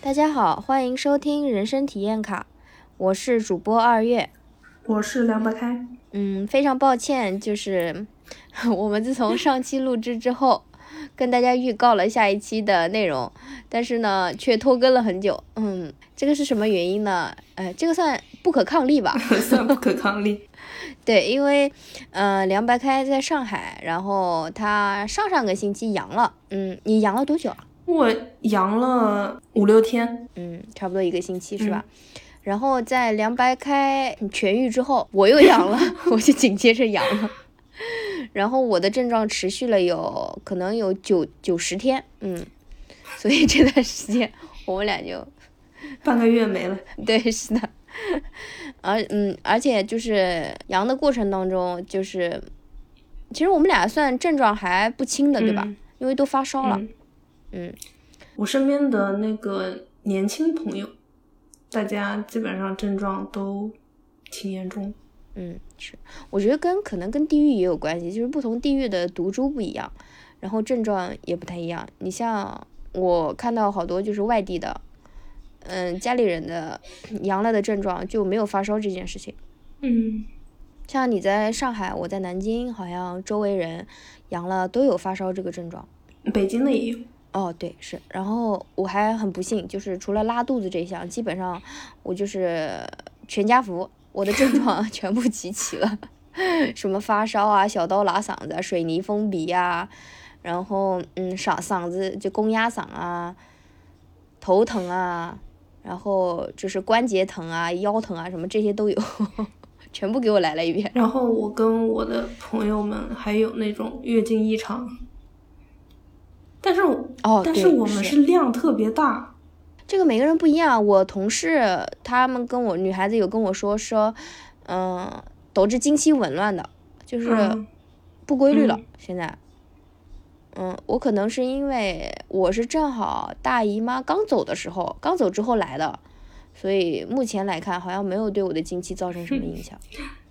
大家好，欢迎收听人生体验卡，我是主播2月， 我是凉白开。 非常抱歉，就是我们自从上期录制之后，跟大家预告了下一期的内容，但是呢，却拖更了很久。这个是什么原因呢？这个算不可抗力吧？ 算不可抗力。 对，因为凉白开在上海，然后他上个星期阳了。你阳了多久啊？ 我阳了5、6天。 差不多1个星期是吧？然后在凉白开痊愈之后，我又阳了，我就紧接着阳了。然后我的症状持续了可能有90天，所以这段时间我们俩就半个月没了。 对，是的。而且就是阳的过程当中，就是其实我们俩算症状还不轻的，对吧？因为都发烧了。 我身边的那个年轻朋友，大家基本上症状都挺严重。 是，我觉得可能跟地域也有关系，就是不同地域的毒株不一样，然后症状也不太一样。你像我看到好多就是外地的，家里人的阳了的症状就没有发烧这件事情。像你在上海，我在南京，好像周围人阳了都有发烧这个症状。 北京的也有。 哦，对，是。然后我还很不幸，就是除了拉肚子这一项，基本上我就是全家福，我的症状全部集齐了，什么发烧啊、小刀拉嗓子、水泥封鼻啊，然后嗓子就公鸭嗓啊，头疼啊，然后就是关节疼啊、腰疼啊，什么这些都有，全部给我来了一遍。 然后我跟我的朋友们还有那种月经异常。但是我们是量特别大， 这个每个人不一样。我同事他们女孩子有跟我说，导致经期紊乱的，就是不规律了。现在，我可能是因为我是正好大姨妈刚走之后来的，所以目前来看好像没有对我的经期造成什么影响。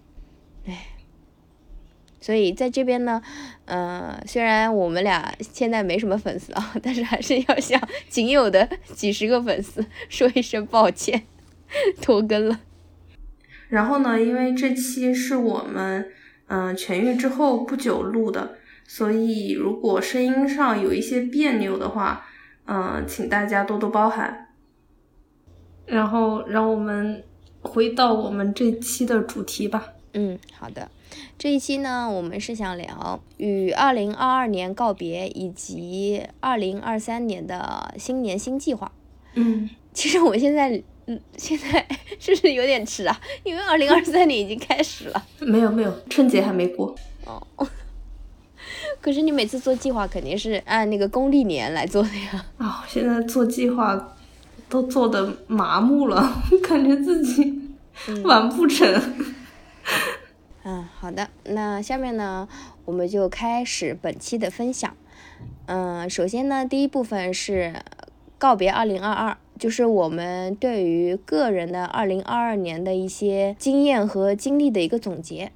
所以在这边呢，虽然我们俩现在没什么粉丝啊，但是还是要向仅有的几十个粉丝说一声抱歉，拖更了。 然后呢，因为这期是我们痊愈之后不久录的，所以如果声音上有一些别扭的话，请大家多多包涵。然后让我们回到我们这期的主题吧。 好的。这一期呢，我们是想聊与2022年告别以及2023年的新年新计划。其实我现在是不是有点迟啊？因为2023年已经开始了。 没有，春节还没过。 可是你每次做计划肯定是按那个公历年来做的呀。 现在做计划都做得麻木了，感觉自己完不成。 好的，那下面呢，我们就开始本期的分享。首先呢，第一部分是告别2022，就是我们对于个人的2022年的一些经验和经历的一个总结。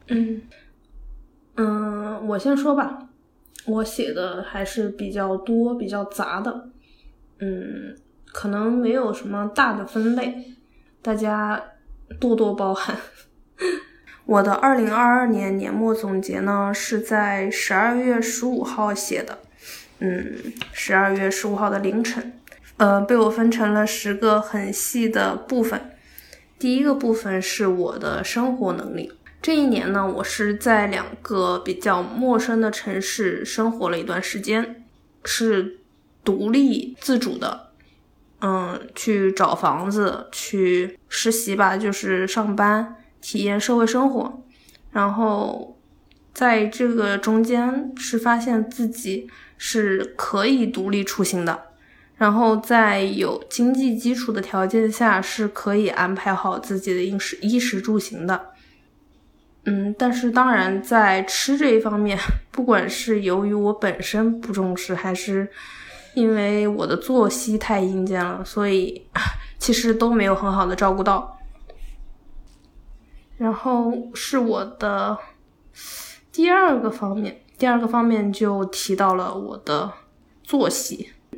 我先说吧，我写的还是比较多、比较杂的，可能没有什么大的分类，大家多多包涵。我的2022年年末总结呢，是在12月15号写的，12月15号的凌晨，被我分成了10个很细的部分。第一个部分是我的生活能力。这一年呢，我是在2个比较陌生的城市生活了一段时间，是独立自主的，去找房子，去实习吧，就是上班。体验社会生活，然后在这个中间是发现自己是可以独立出行的，然后在有经济基础的条件下是可以安排好自己的衣食住行的。但是当然在吃这一方面，不管是由于我本身不重视，还是因为我的作息太阴间了，所以其实都没有很好的照顾到。然后是我的第二个方面就提到了我的作息。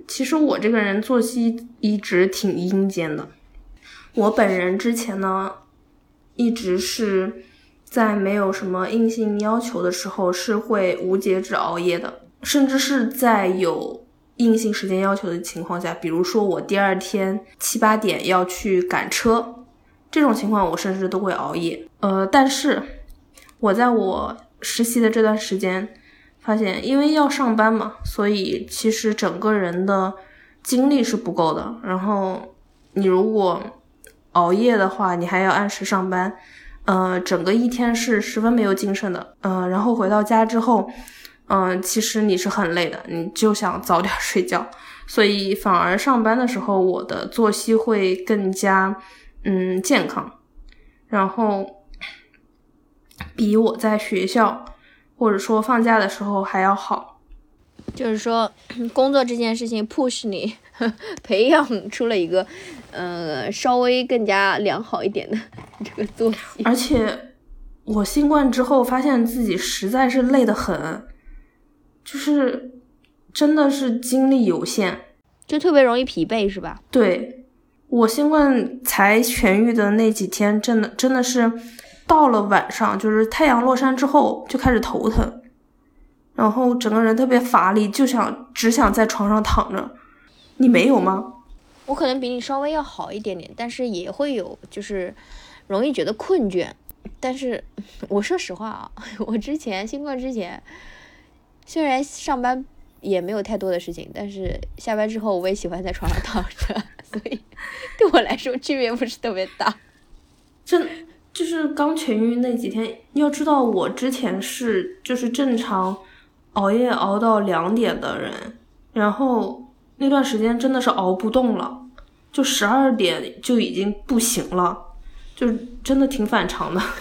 其实我这个人作息一直挺阴间的。我本人之前呢，一直是在没有什么硬性要求的时候是会无节制熬夜的，甚至是在有硬性时间要求的情况下，比如说我第二天7、8点要去赶车，这种情况我甚至都会熬夜。但是我在我实习的这段时间发现，因为要上班嘛，所以其实整个人的精力是不够的。然后你如果熬夜的话，你还要按时上班，整个一天是十分没有精神的。然后回到家之后，其实你是很累的，你就想早点睡觉。所以反而上班的时候，我的作息会更加健康，然后比我在学校或者说放假的时候还要好。 就是说工作这件事情 push 你培养出了一个稍微更加良好一点的这个作息。 而且我新冠之后发现自己实在是累得很，就是真的是精力有限， 就特别容易疲惫是吧？ 对，我新冠才痊愈的那几天真的是到了晚上，就是太阳落山之后就开始头疼，然后整个人特别乏力，只想在床上躺着。你没有吗？ 我可能比你稍微要好一点点，但是也会有就是容易觉得困倦。但是我说实话啊，我新冠之前虽然上班也没有太多的事情，但是下班之后我也喜欢在床上躺着，所以对我来说区别不是特别大。 就是刚痊愈那几天，要知道我之前是就是正常熬夜熬到2点的人，然后那段时间真的是熬不动了，就12点就已经不行了，就真的挺反常的。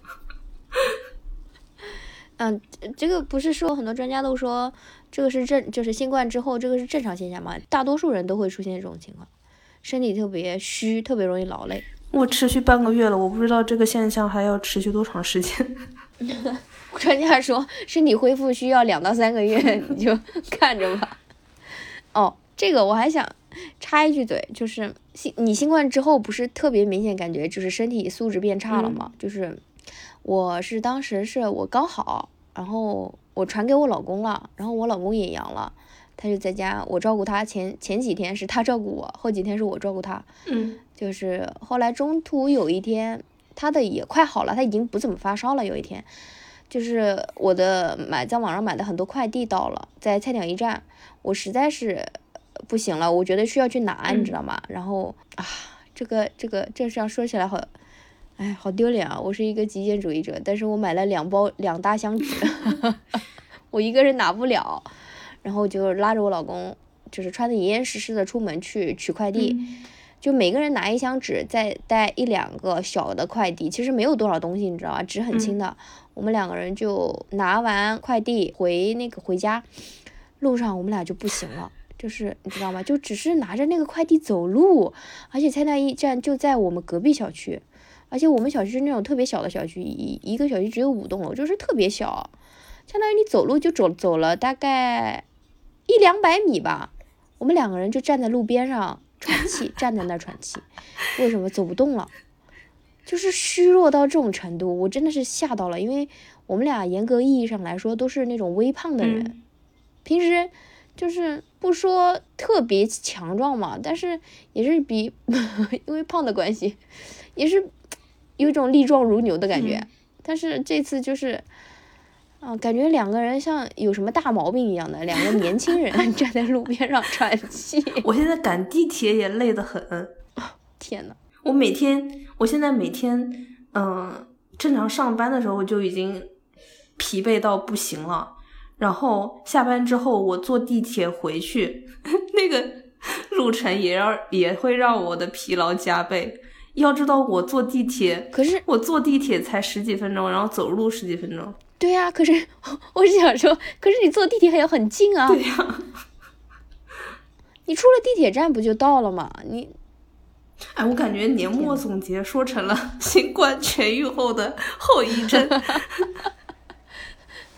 这个不是说很多专家都说这个是就是新冠之后这个是正常现象嘛？大多数人都会出现这种情况，身体特别虚，特别容易劳累。 我持续半个月了，我不知道这个现象还要持续多长时间。 专家说身体恢复需要2到3个月，你就看着吧。这个我还想插一句嘴，就是你新冠之后不是特别明显感觉就是身体素质变差了吗？就是当时是我刚好，然后我传给我老公了，然后我老公也阳了，他就在家，我照顾他，前几天是他照顾我，后几天是我照顾他。就是后来中途有一天他的也快好了，他已经不怎么发烧了。有一天就是我在网上买的很多快递到了，在菜鸟驿站，我实在是不行了，我觉得需要去拿，你知道吗？然后这样说起来好丢脸啊！我是一个极简主义者，但是我买了2大箱纸我一个人拿不了，然后就拉着我老公，就是穿得严严实实的出门去取快递。就每个人拿一箱纸，再带1、2个小的快递，其实没有多少东西，你知道吧？纸很轻的。我们2个人就拿完快递回家，路上我们俩就不行了，就是你知道吗？就只是拿着那个快递走路，而且菜鸟驿站就在我们隔壁小区，而且我们小区是那种特别小的小区，一个小区只有5栋楼，就是特别小，相当于你走路就走了大概100-200米吧。我们2个人就站在路边上喘气，站在那儿喘气。为什么走不动了？就是虚弱到这种程度，我真的是吓到了。因为我们俩严格意义上来说都是那种微胖的人，平时就是不说特别强壮嘛，但是也是比因为胖的关系，也是有一种力壮如牛的感觉。但是这次就是感觉2个人像有什么大毛病一样的2个年轻人站在路边上喘气。 我现在赶地铁也累得很。 天哪！ 我现在每天正常上班的时候就已经疲惫到不行了，然后下班之后我坐地铁回去那个路程也会让我的疲劳加倍。要知道我坐地铁才10几分钟，然后走路10几分钟。 对呀，可是我是想说，可是你坐地铁还要很近啊。 对呀， 你出了地铁站不就到了吗？ 我感觉年末总结说成了新冠痊愈后的后遗症。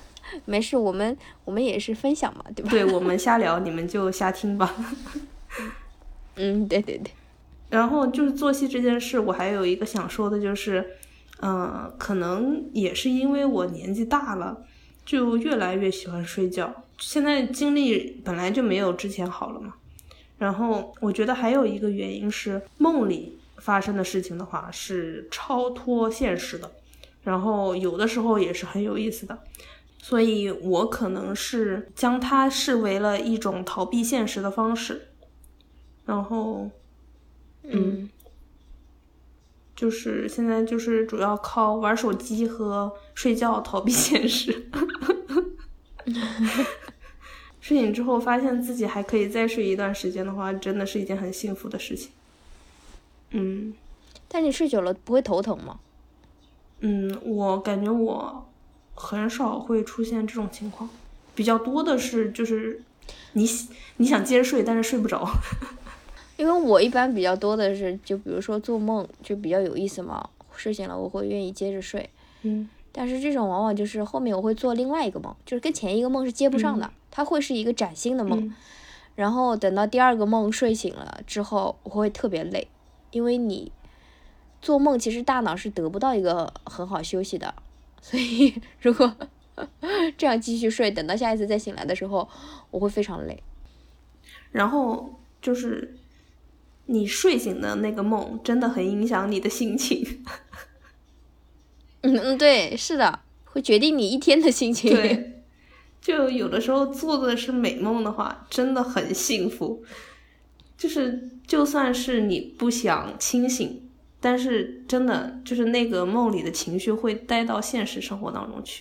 没事，我们也是分享嘛，对吧？ 对，我们瞎聊，你们就瞎听吧。 对对对。 然后就是作息这件事，我还有一个想说的就是，可能也是因为我年纪大了，就越来越喜欢睡觉。现在精力本来就没有之前好了嘛。然后我觉得还有一个原因是，梦里发生的事情的话是超脱现实的，然后有的时候也是很有意思的。所以我可能是将它视为了一种逃避现实的方式。然后就是现在就是主要靠玩手机和睡觉逃避现实。睡醒之后发现自己还可以再睡一段时间的话，真的是一件很幸福的事情。 但你睡久了不会头疼吗？ 我感觉我很少会出现这种情况，比较多的是就是你想接着睡，但是睡不着。 因为我一般比较多的是，就比如说做梦就比较有意思嘛，睡醒了我会愿意接着睡。但是这种往往就是后面我会做另外一个梦，就是跟前一个梦是接不上的，它会是一个崭新的梦。然后等到第二个梦睡醒了之后，我会特别累，因为你做梦其实大脑是得不到一个很好休息的，所以如果这样继续睡，等到下一次再醒来的时候，我会非常累。 然后就是你睡醒的那个梦真的很影响你的心情。 对，是的，会决定你一天的心情。 对，就有的时候做的是美梦的话，真的很幸福。就是就算是你不想清醒，但是真的就是那个梦里的情绪会带到现实生活当中去。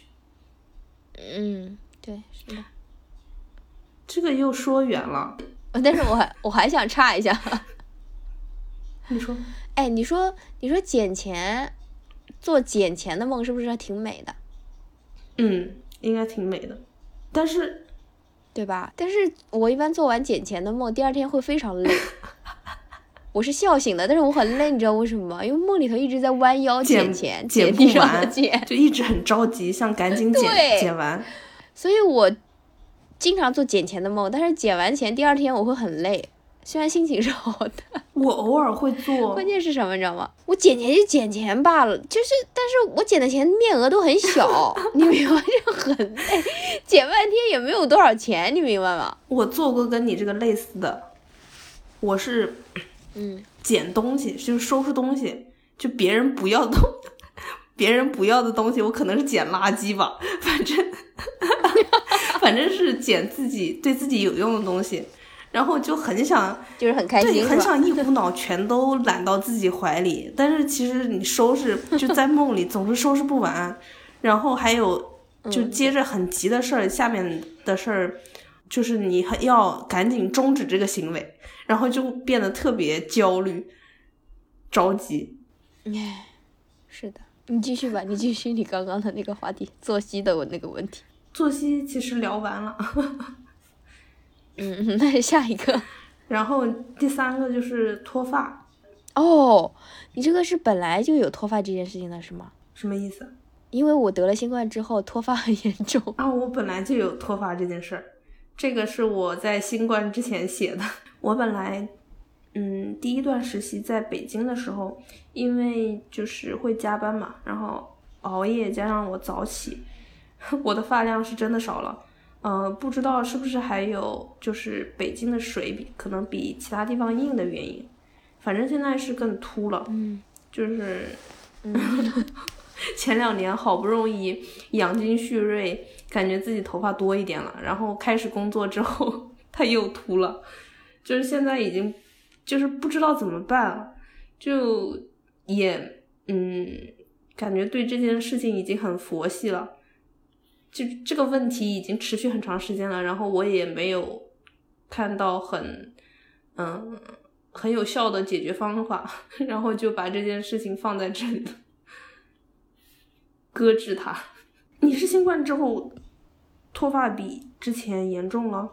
对，是的。 这个又说远了， 但是我还想插一下。 你说， 哎，你说捡钱，做捡钱的梦是不是还挺美的？ 应该挺美的，但是对吧？但是我一般做完捡钱的梦，第二天会非常累。我是笑醒的，但是我很累，你知道为什么吗？因为梦里头一直在弯腰捡钱， 捡地上不完， 捡， 就一直很着急，想赶紧捡完。 所以我经常做捡钱的梦，但是捡完钱第二天我会很累，虽然心情是好的。 我偶尔会做， 关键是什么你知道吗？我捡钱就捡钱罢了，但是我捡的钱面额都很小，你明白？就很累，捡半天也没有多少钱，你明白吗？ 我做过跟你这个类似的，我是捡东西，就是收拾东西，就别人不要的东西，我可能是捡垃圾吧，反正是捡对自己有用的东西。然后就很想， 就是很开心， 对，很想一股脑全都揽到自己怀里。但是其实你收拾，就在梦里总是收拾不完，然后还有就接着很急的事儿，下面的事儿就是你要赶紧终止这个行为，然后就变得特别焦虑、着急。 是的，你继续吧，你继续你刚刚的那个话题，作息的那个问题。 作息其实聊完了。 那是下一个。 然后第三个就是脱发。 哦，你这个是本来就有脱发这件事情的是吗？ 什么意思？ 因为我得了新冠之后脱发很严重啊。我本来就有脱发这件事儿，这个是我在新冠之前写的。我本来第一段实习在北京的时候，因为就是会加班嘛，然后熬夜加上我早起，我的发量是真的少了。不知道是不是还有就是北京的水可能比其他地方硬的原因，反正现在是更秃了。就是前2年好不容易养精蓄锐，感觉自己头发多一点了，然后开始工作之后它又秃了，就是现在已经就是不知道怎么办了，就也感觉对这件事情已经很佛系了。就这个问题已经持续很长时间了，然后我也没有看到很有效的解决方法，然后就把这件事情放在这里了，搁置它。你是新冠之后脱发比之前严重了？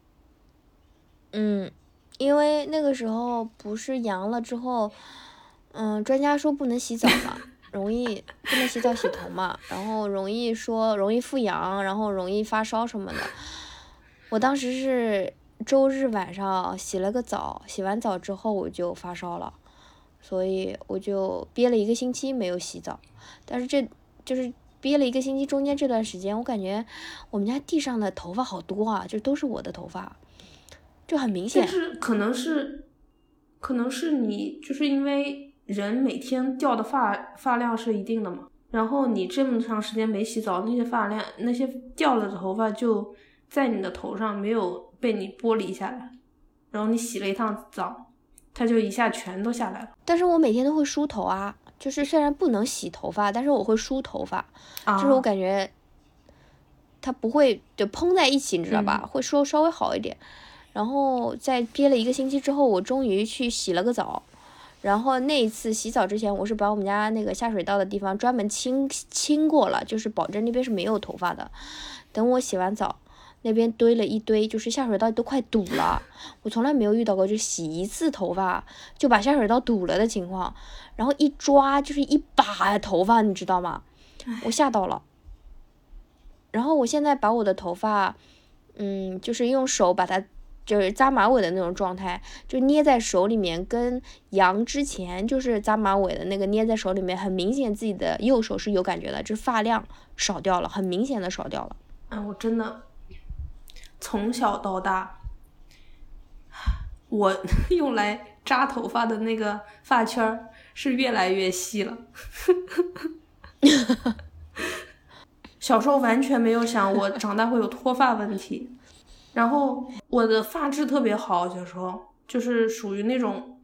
因为那个时候不是阳了之后专家说不能洗澡嘛容易不能洗澡洗头嘛，然后容易复阳，然后容易发烧什么的。我当时是周日晚上洗了个澡，洗完澡之后我就发烧了，所以我就憋了1个星期没有洗澡。但是这就是憋了1个星期，中间这段时间我感觉我们家地上的头发好多啊，就都是我的头发，就很明显。 就是可能是你就是因为人每天掉的发量是一定的嘛，然后你这么长时间没洗澡，那些掉了的头发就在你的头上没有被你剥离下来，然后你洗了一趟澡，它就一下全都下来了。 但是我每天都会梳头啊，就是虽然不能洗头发，但是我会梳头发，就是我感觉它不会就蓬在一起，你知道吧？会稍微好一点。然后在憋了1个星期之后，我终于去洗了个澡。然后那一次洗澡之前，我是把我们家那个下水道的地方专门清过了，就是保证那边是没有头发的。等我洗完澡，那边堆了一堆，就是下水道都快堵了。我从来没有遇到过就洗1次头发就把下水道堵了的情况。然后一抓就是一把头发，你知道吗？我吓到了。然后我现在把我的头发，就是用手把它。就是扎马尾的那种状态，就捏在手里面，跟阳之前就是扎马尾的那个捏在手里面，很明显自己的右手是有感觉的，就是发量少掉了，很明显的少掉了。 我真的从小到大，我用来扎头发的那个发圈是越来越细了。小时候完全没有想我长大会有脱发问题。然后我的发质特别好，小时候就是属于那种，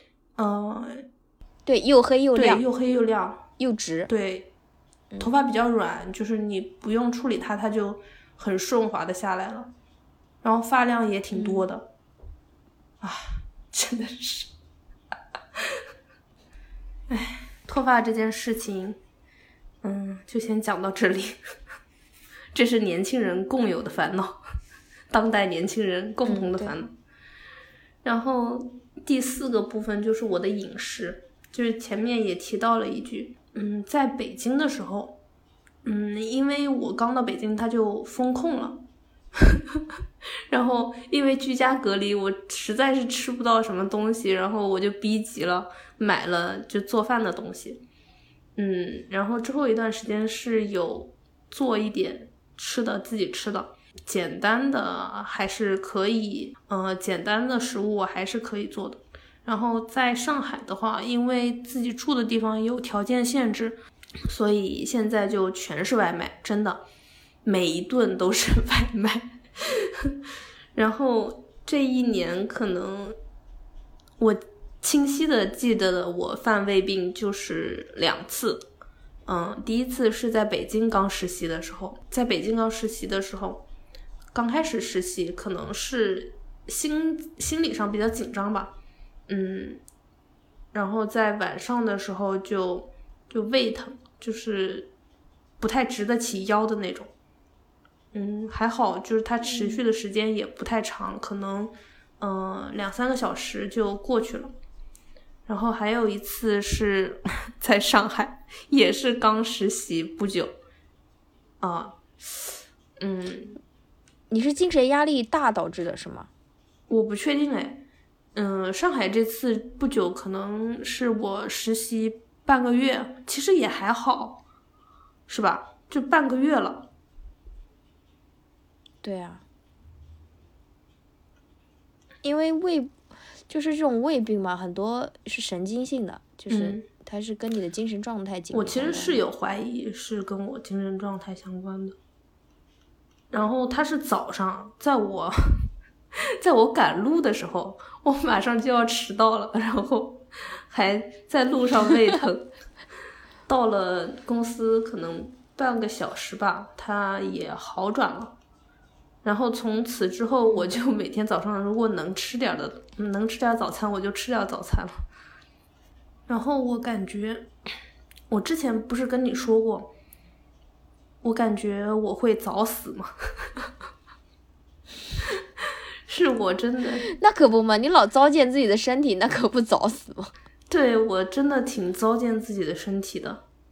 对，又黑又亮， 对，又黑又亮又直， 对，头发比较软，就是你不用处理它就很顺滑的下来了，然后发量也挺多的，真的是，脱发这件事情，就先讲到这里，这是年轻人共有的烦恼。当代年轻人共同的烦恼。然后第4个部分就是我的饮食，就是前面也提到了一句，在北京的时候，因为我刚到北京它就封控了，然后因为居家隔离，我实在是吃不到什么东西，然后我就逼急了，买了就做饭的东西，然后之后一段时间是有做一点吃的，自己吃的。简单的还是可以，简单的食物我还是可以做的。然后在上海的话，因为自己住的地方有条件限制，所以现在就全是外卖，真的每一顿都是外卖。然后这一年可能我清晰的记得的我犯胃病就是2次。第一次是在北京刚实习的时候，刚开始实习可能是心理上比较紧张吧，然后在晚上的时候就胃疼，就是不太直得起腰的那种，还好就是它持续的时间也不太长，可能2-3个小时就过去了。然后还有一次是在上海，也是刚实习不久， 你是精神压力大导致的是吗？ 我不确定上海这次不久可能是我实习半个月，其实也还好，是吧？就半个月了。 对啊，因为就是这种胃病嘛，很多是神经性的，就是它是跟你的精神状态紧密。 我其实是有怀疑是跟我精神状态相关的。然后它是早上，在我赶路的时候，我马上就要迟到了，然后还在路上胃疼。到了公司可能半个小时吧，它也好转了。然后从此之后，我就每天早上如果能吃点早餐，我就吃点早餐了。然后我感觉，我之前不是跟你说过，我感觉我会早死吗？是我真的， 那可不嘛，你老糟践自己的身体，那可不早死吗？ 对，我真的挺糟践自己的身体的。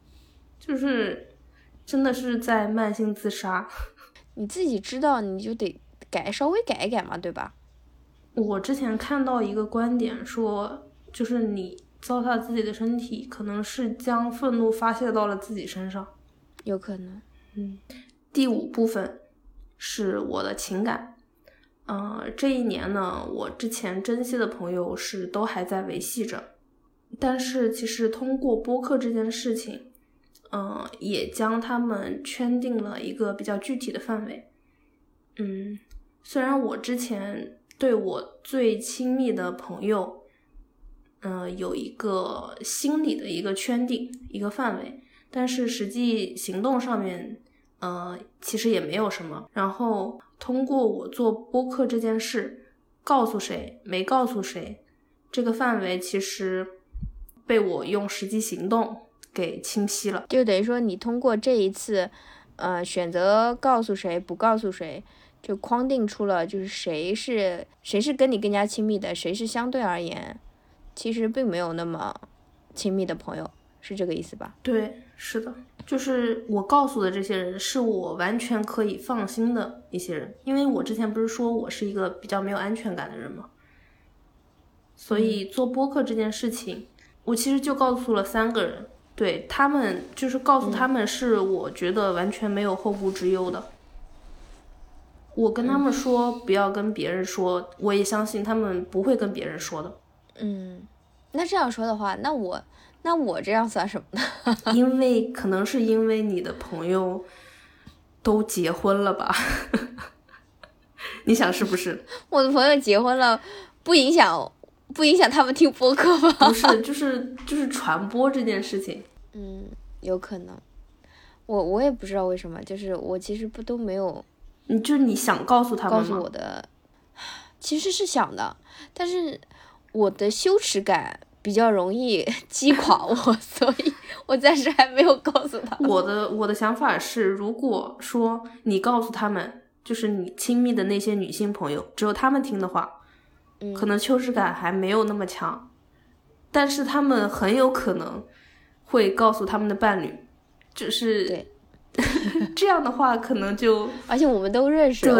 就是真的是在慢性自杀。 你自己知道你就得稍微改一改嘛，对吧？ 我之前看到一个观点说，就是你糟蹋自己的身体，可能是将愤怒发泄到了自己身上。 有可能。 第5部分是我的情感。这一年呢，我之前珍惜的朋友是都还在维系着，但是其实通过播客这件事情，也将他们圈定了一个比较具体的范围。虽然我之前对我最亲密的朋友，有一个心理的一个圈定，一个范围，但是实际行动上面，其实也没有什么。然后通过我做播客这件事，告诉谁没告诉谁，这个范围其实被我用实际行动给清晰了。 就等于说你通过这一次选择告诉谁不告诉谁，就框定出了就是谁是跟你更加亲密的，谁是相对而言其实并没有那么亲密的朋友，是这个意思吧？ 对，是的，就是我告诉的这些人是我完全可以放心的一些人。因为我之前不是说我是一个比较没有安全感的人吗？所以做播客这件事情，我其实就告诉了3个人，对，他们就是告诉他们是我觉得完全没有后顾之忧的。我跟他们说不要跟别人说，我也相信他们不会跟别人说的。 那这样说的话，那我这样算什么呢？ 可能是因为你的朋友都结婚了吧？你想是不是？ 我的朋友结婚了，不影响他们听播客吧？ 不是，就是传播这件事情。 有可能。我也不知道为什么，就是我其实都没有。 就是你想告诉他们吗？ 告诉我的，其实是想的，但是我的羞耻感比较容易击垮我，所以我暂时还没有告诉他们。 我的想法是，如果说你告诉他们，就是你亲密的那些女性朋友，只有他们听的话，可能羞耻感还没有那么强，但是他们很有可能会告诉他们的伴侣，就是对。 这样的话可能就， 而且我们都认识，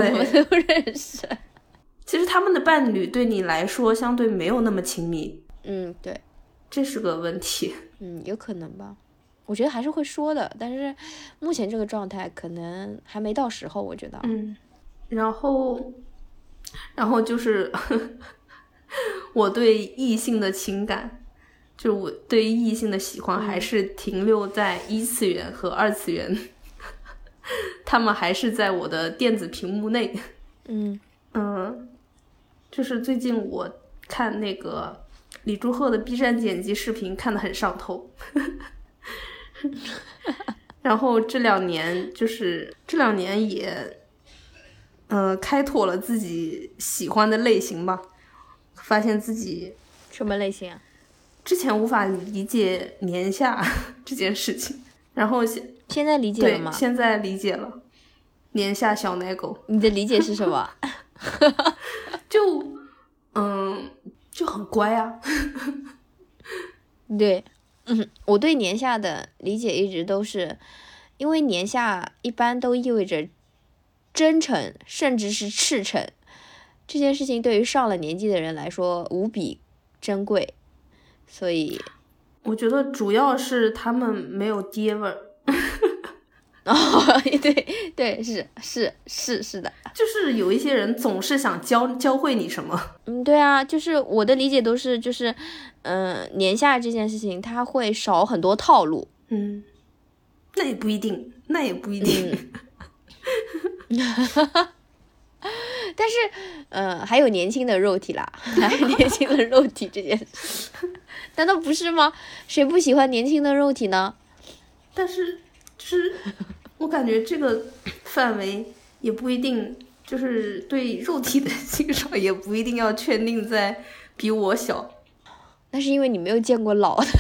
其实他们的伴侣对你来说相对没有那么亲密。 对， 这是个问题。 有可能吧，我觉得还是会说的，但是目前这个状态可能还没到时候，我觉得。 然后就是我对异性的情感，就是我对异性的喜欢还是停留在1次元和2次元，他们还是在我的电子屏幕内。就是最近我看那个李祝贺的 B 站剪辑视频看得很上头。然后这两年也开拓了自己喜欢的类型吧，发现自己什么类型啊？ 之前无法理解年下这件事情，然后现在理解了吗？ 对，现在理解了。年下小奶狗， 你的理解是什么？ 就很乖啊。 对，我对年下的理解一直都是，因为年下一般都意味着真诚，甚至是赤诚。这件事情对于上了年纪的人来说无比珍贵，所以我觉得主要是他们没有爹味儿。 对，是的， 就是有一些人总是想教会你什么。 对啊，就是我的理解都是就是年下这件事情他会少很多套路。 那也不一定。 但是还有年轻的肉体啦，还有年轻的肉体这件事难道不是吗？谁不喜欢年轻的肉体呢？ 但是就是我感觉这个范围也不一定，就是对肉体的欣赏也不一定要圈定在比我小。 那是因为你没有见过老的。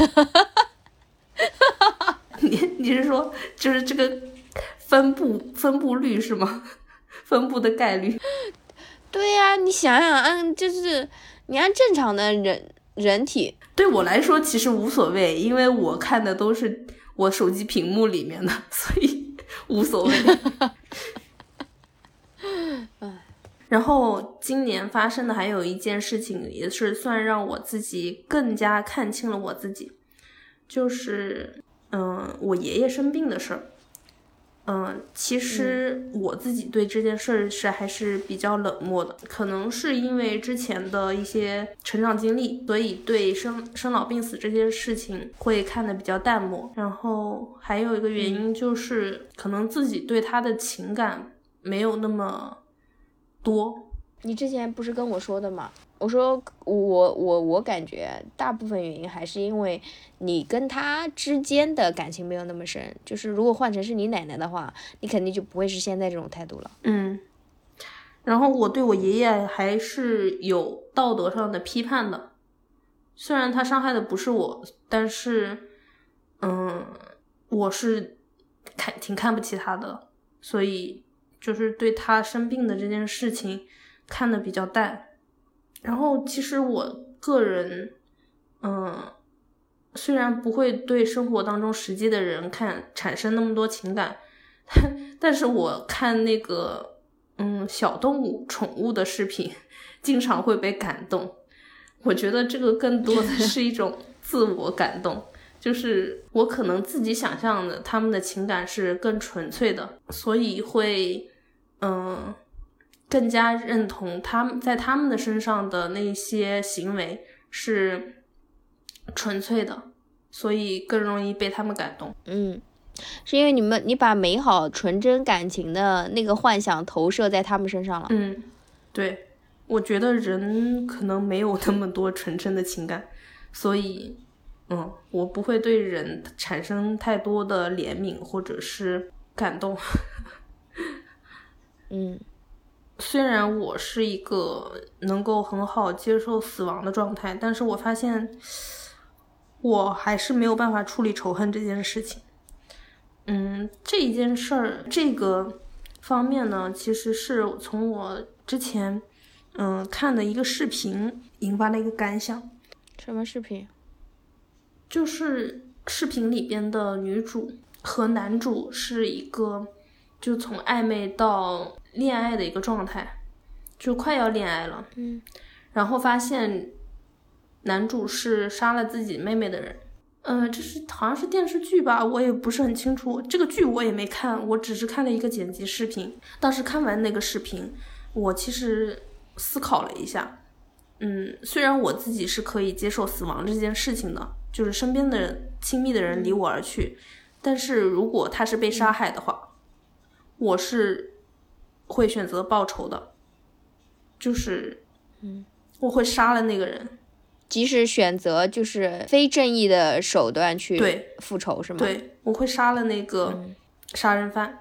你是说就是这个分布率是吗？分布的概率。 对呀，你想想就是你按正常的人体， 对我来说其实无所谓，因为我看的都是我手机屏幕里面的，所以无所谓。然后今年发生的还有一件事情，也是算让我自己更加看清了我自己，就是我爷爷生病的事儿。其实我自己对这件事儿是还是比较冷漠的，可能是因为之前的一些成长经历，所以对生老病死这件事情会看得比较淡漠。然后还有一个原因就是可能自己对他的情感没有那么多。 你之前不是跟我说的吗？我说我感觉大部分原因还是因为你跟他之间的感情没有那么深，就是如果换成是你奶奶的话，你肯定就不会是现在这种态度了。 然后我对我爷爷还是有道德上的批判的，虽然他伤害的不是我，但是我是挺看不起他的，所以就是对他生病的这件事情看得比较淡。然后其实我个人虽然不会对生活当中实际的人产生那么多情感，但是我看那个小动物宠物的视频经常会被感动。我觉得这个更多的是一种自我感动，就是我可能自己想象的他们的情感是更纯粹的，所以会更加认同他们在他们的身上的那些行为是纯粹的，所以更容易被他们感动。 是因为你把美好纯真感情的那个幻想投射在他们身上了。 对，我觉得人可能没有那么多纯真的情感，所以我不会对人产生太多的怜悯或者是感动。虽然我是一个能够很好接受死亡的状态，但是我发现我还是没有办法处理仇恨这件事情。这一件事儿这个方面呢，其实是从我之前看的一个视频引发的一个感想。 什么视频？ 就是视频里边的女主和男主是一个就从暧昧到恋爱的一个状态，就快要恋爱了。然后发现男主是杀了自己妹妹的人。这是好像是电视剧吧，我也不是很清楚，这个剧我也没看，我只是看了一个剪辑视频。当时看完那个视频，我其实思考了一下，虽然我自己是可以接受死亡这件事情的，就是身边的人亲密的人离我而去，但是如果他是被杀害的话，我是会选择报仇的，就是我会杀了那个人， 即使选择就是非正义的手段去复仇，是吗？ 对，我会杀了那个杀人犯。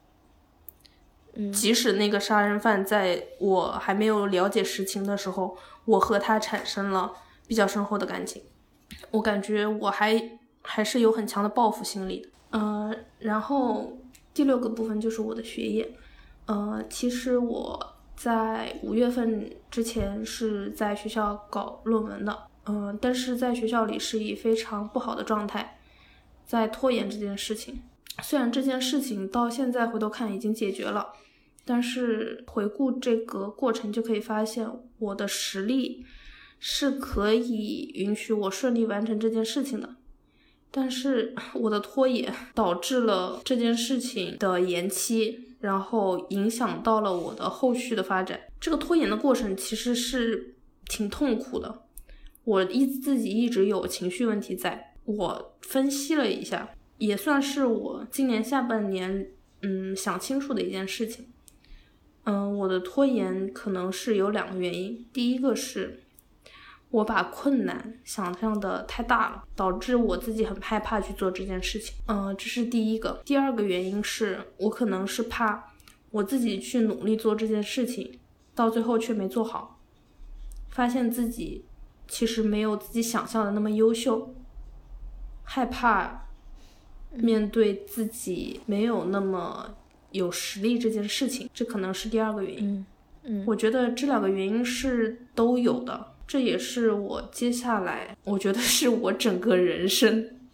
即使那个杀人犯在我还没有了解实情的时候，我和他产生了比较深厚的感情，我感觉我还是有很强的报复心理的。然后第6个部分就是我的学业。其实我在5月份之前是在学校搞论文的，但是在学校里是以非常不好的状态在拖延这件事情。虽然这件事情到现在回头看已经解决了，但是回顾这个过程就可以发现我的实力是可以允许我顺利完成这件事情的，但是我的拖延导致了这件事情的延期，然后影响到了我的后续的发展。这个拖延的过程其实是挺痛苦的，我自己一直有情绪问题在。我分析了一下，也算是我今年下半年想清楚的一件事情。我的拖延可能是有2个原因。第一个是我把困难想象的太大了，导致我自己很害怕去做这件事情。这是第一个。第2个原因是我可能是怕我自己去努力做这件事情，到最后却没做好，发现自己其实没有自己想象的那么优秀，害怕面对自己没有那么有实力这件事情，这可能是第2个原因。我觉得这2个原因是都有的，这也是我接下来我觉得是我整个人生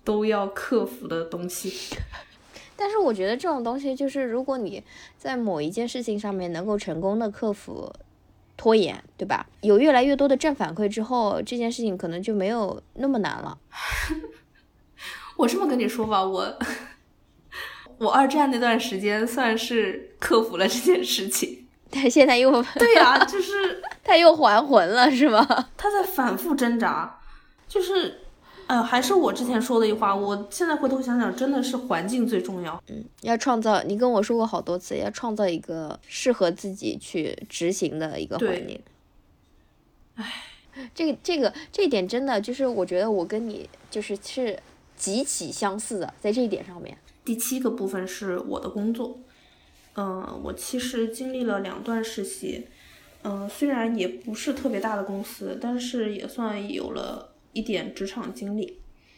都要克服的东西。 但是我觉得这种东西就是如果你在某一件事情上面能够成功的克服拖延，对吧？有越来越多的正反馈之后，这件事情可能就没有那么难了。 我这么跟你说吧，我二战那段时间算是克服了这件事情， 但现在又对呀，就是他又还魂了，是吗？ 他在反复挣扎，就是还是我之前说的一句话，我现在回头想想，真的是环境最重要。 要创造，你跟我说过好多次，要创造一个适合自己去执行的一个环境。这一点真的就是我觉得我跟你是极其相似的，在这一点上面。 第7个部分是我的工作。我其实经历了2段实习，虽然也不是特别大的公司，但是也算有了一点职场经历。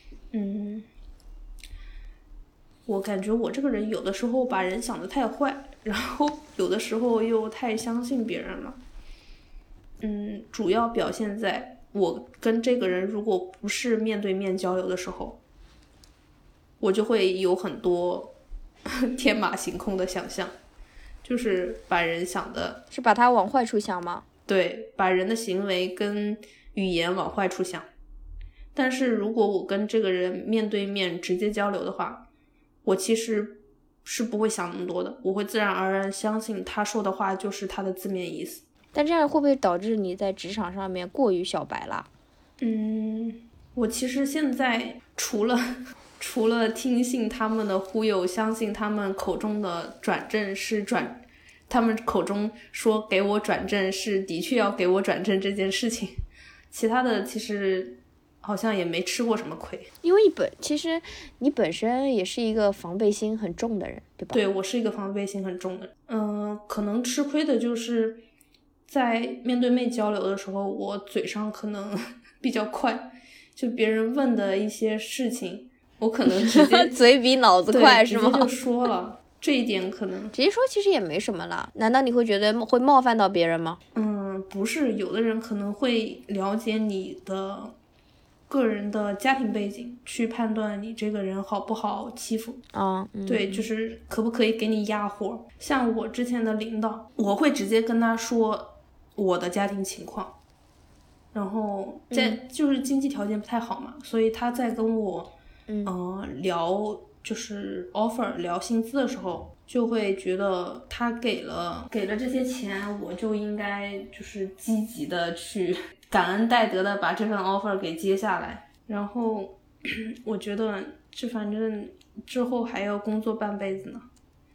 我感觉我这个人有的时候把人想得太坏，然后有的时候又太相信别人了。主要表现在我跟这个人如果不是面对面交流的时候，我就会有很多天马行空的想象，就是把人想的是把他往坏处想吗？ 对，把人的行为跟语言往坏处想。但是如果我跟这个人面对面直接交流的话，我其实是不会想那么多的，我会自然而然相信他说的话就是他的字面意思。 但这样会不会导致你在职场上面过于小白啦？ 我其实现在除了听信他们的忽悠，相信他们口中的转正是他们口中说给我转正是的确要给我转正这件事情，其他的其实好像也没吃过什么亏。 因为其实你本身也是一个防备心很重的人，对吧？ 对，我是一个防备心很重的人。可能吃亏的就是在面对面交流的时候，我嘴上可能比较快，就别人问的一些事情，我可能直接嘴比脑子快是吗？ 直接就说了。这一点可能直接说其实也没什么啦，难道你会觉得会冒犯到别人吗？ 不是，有的人可能会了解你的个人的家庭背景，去判断你这个人好不好欺负对，就是可不可以给你压活。像我之前的领导，我会直接跟他说我的家庭情况，然后就是经济条件不太好嘛，所以他在跟我聊就是 offer 聊薪资的时候，就会觉得他给了这些钱，我就应该就是积极的去感恩戴德的把这份 offer 给接下来。然后我觉得这反正之后还要工作半辈子呢，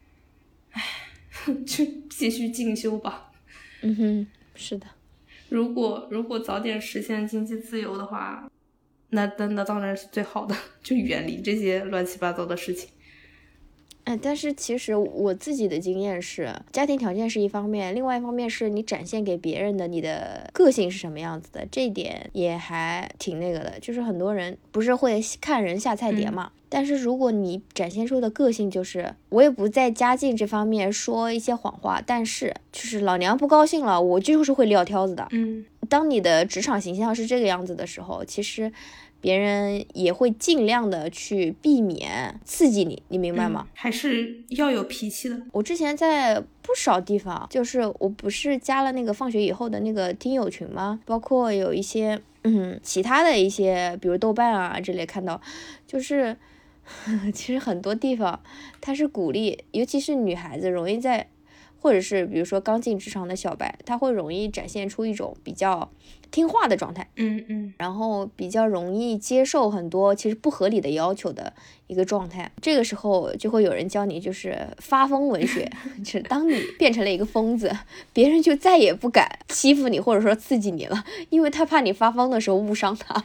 就继续进修吧。 是的。 如果早点实现经济自由的话，那当然是最好的，就远离这些乱七八糟的事情。 但是其实我自己的经验是，家庭条件是一方面，另外一方面是你展现给别人的你的个性是什么样子的，这一点也还挺那个的。就是很多人不是会看人下菜碟嘛，但是如果你展现出的个性就是我也不在家境这方面说一些谎话，但是就是老娘不高兴了，我就是会撂挑子的。当你的职场形象是这个样子的时候，其实别人也会尽量的去避免刺激你，你明白吗？ 还是要有脾气的。 我之前在不少地方，就是我不是加了那个放学以后的那个听友群吗？包括有一些其他的一些，比如豆瓣啊这类看到，就是其实很多地方它是鼓励，尤其是女孩子容易在，或者是比如说刚进职场的小白，他会容易展现出一种比较听话的状态，然后比较容易接受很多其实不合理的要求的一个状态。这个时候就会有人教你就是发疯文学，就是当你变成了一个疯子，别人就再也不敢欺负你或者说刺激你了，因为他怕你发疯的时候误伤他。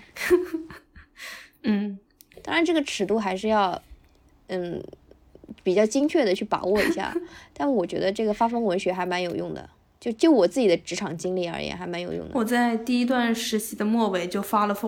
当然这个尺度还是要比较精确的去把握一下，但我觉得这个发疯文学还蛮有用的，就我自己的职场经历而言还蛮有用的。 我在第一段实习的末尾就发了疯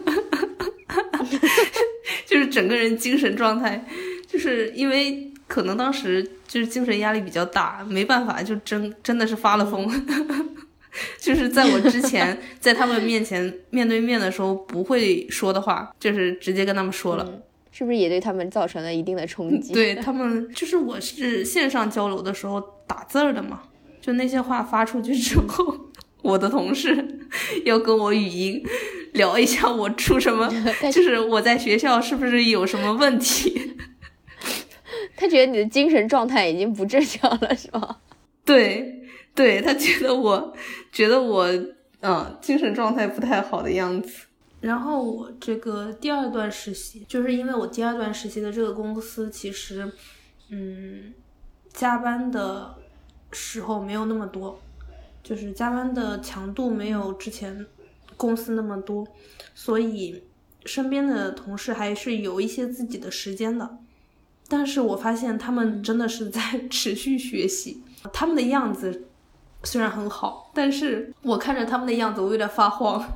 就是整个人精神状态，就是因为可能当时就是精神压力比较大，没办法就真的是发了疯就是在我之前在他们面前面对面的时候不会说的话，就是直接跟他们说了。 是不是也对他们造成了一定的冲击？ 对他们，就是我是线上交流的时候打字儿的嘛，就那些话发出去之后，我的同事要跟我语音聊一下我出什么，就是我在学校是不是有什么问题。 他觉得你的精神状态已经不正常了，是吧？ 对，他觉得我精神状态不太好的样子。然后我这个第二段实习，就是因为我第二段实习的这个公司其实加班的时候没有那么多，就是加班的强度没有之前公司那么多，所以身边的同事还是有一些自己的时间的。但是我发现他们真的是在持续学习，他们的样子虽然很好，但是我看着他们的样子我有点发慌。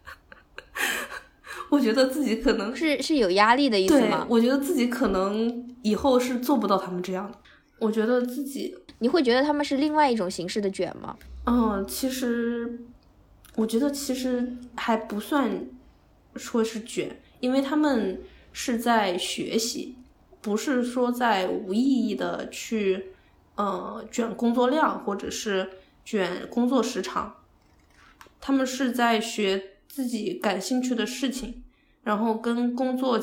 我觉得自己可能是有压力的意思吗？ 对，我觉得自己可能以后是做不到他们这样的。我觉得自己， 你会觉得他们是另外一种形式的卷吗？ 其实我觉得其实还不算说是卷，因为他们是在学习，不是说在无意义的去卷工作量或者是卷工作时长，他们是在学自己感兴趣的事情，然后跟工作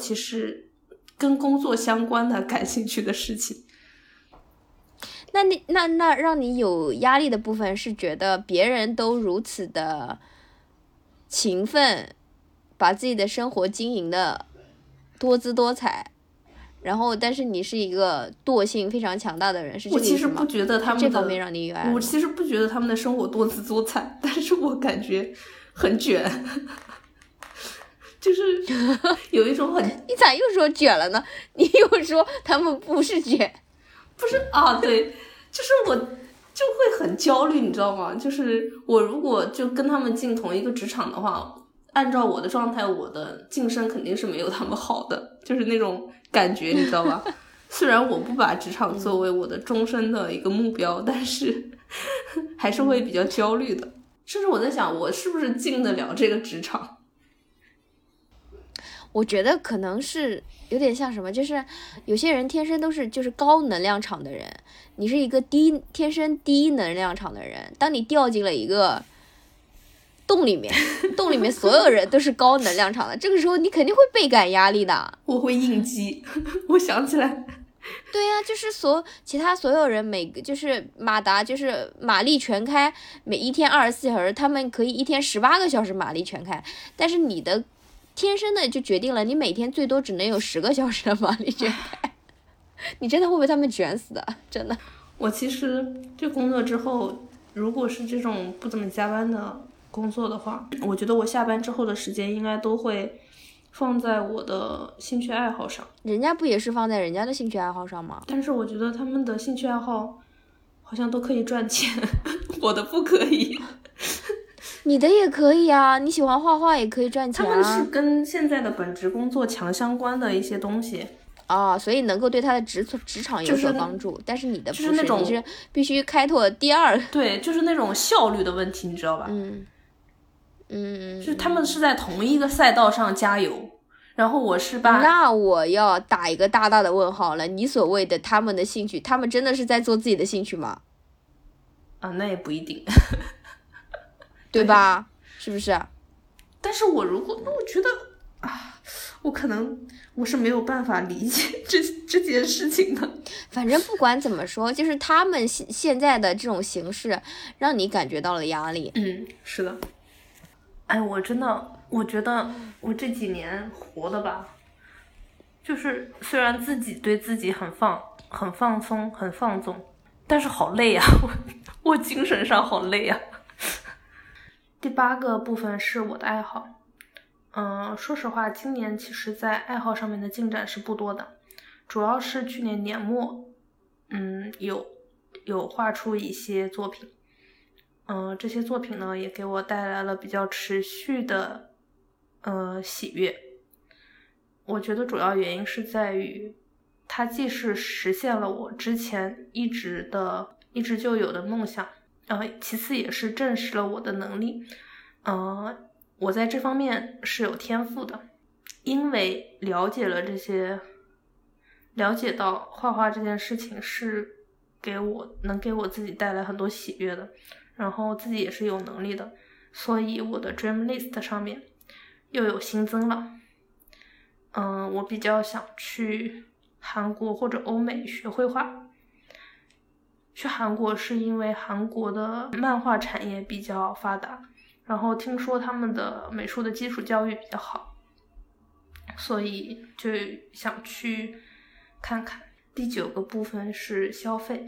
相关的感兴趣的事情。 那让你有压力的部分是觉得别人都如此的勤奋，把自己的生活经营的多姿多彩，然后但是你是一个惰性非常强大的人，是这个意思吗？ 我其实不觉得他们这方面让你有压力。 我其实不觉得他们的生活多姿多彩，但是我感觉很卷。就是有一种很你咋又说卷了呢？你又说他们不是卷。 不是啊，对，就是我就会很焦虑，你知道吗？就是我如果就跟他们进同一个职场的话，按照我的状态，我的晋升肯定是没有他们好的，就是那种感觉，你知道吧？虽然我不把职场作为我的终身的一个目标，但是还是会比较焦虑的。甚至我在想，我是不是进得了这个职场？ 我觉得可能是有点像什么，就是有些人天生都是就是高能量场的人，你是一个天生低能量场的人，当你掉进了一个洞里面所有人都是高能量场的，这个时候你肯定会倍感压力的。 我会应激。我想起来， 对呀，就是其他所有人就是马达就是马力全开，每一天24小时，他们可以一天18个小时马力全开，但是你的天生的就决定了你每天最多只能有10个小时的马力全开。你真的会被他们卷死的，真的。 我其实就工作之后，如果是这种不怎么加班的工作的话，我觉得我下班之后的时间应该都会放在我的兴趣爱好上。 人家不也是放在人家的兴趣爱好上吗？ 但是我觉得他们的兴趣爱好好像都可以赚钱，我的不可以。 你的也可以啊，你喜欢画画也可以赚钱啊。 他们是跟现在的本职工作强相关的一些东西啊，所以能够对他的职场有所帮助，但是你的不是，你是必须开拓第二。 对，就是那种效率的问题，你知道吧？就是他们是在同一个赛道上加油，然后我是那我要打一个大大的问号了。你所谓的他们的兴趣，他们真的是在做自己的兴趣吗？ 啊，那也不一定。 对吧？是不是？ 但是我觉得我是没有办法理解这件事情的。 反正不管怎么说，就是他们现在的这种形式让你感觉到了压力。 是的。哎，我觉得我这几年活的吧，就是虽然自己对自己很放松很放纵，但是好累啊，我精神上好累啊。第8个部分是我的爱好。说实话，今年其实在爱好上面的进展是不多的，主要是去年年末，有画出一些作品。这些作品呢，也给我带来了比较持续的喜悦。我觉得主要原因是在于，它既是实现了我之前一直就有的梦想，其次也是证实了我的能力。我在这方面是有天赋的， 因为了解到画画这件事情是能给我自己带来很多喜悦的，然后自己也是有能力的，所以我的 dream list 上面又有新增了。我比较想去韩国或者欧美学绘画。去韩国是因为韩国的漫画产业比较发达，然后听说他们的美术的基础教育比较好，所以就想去看看。第9个部分是消费。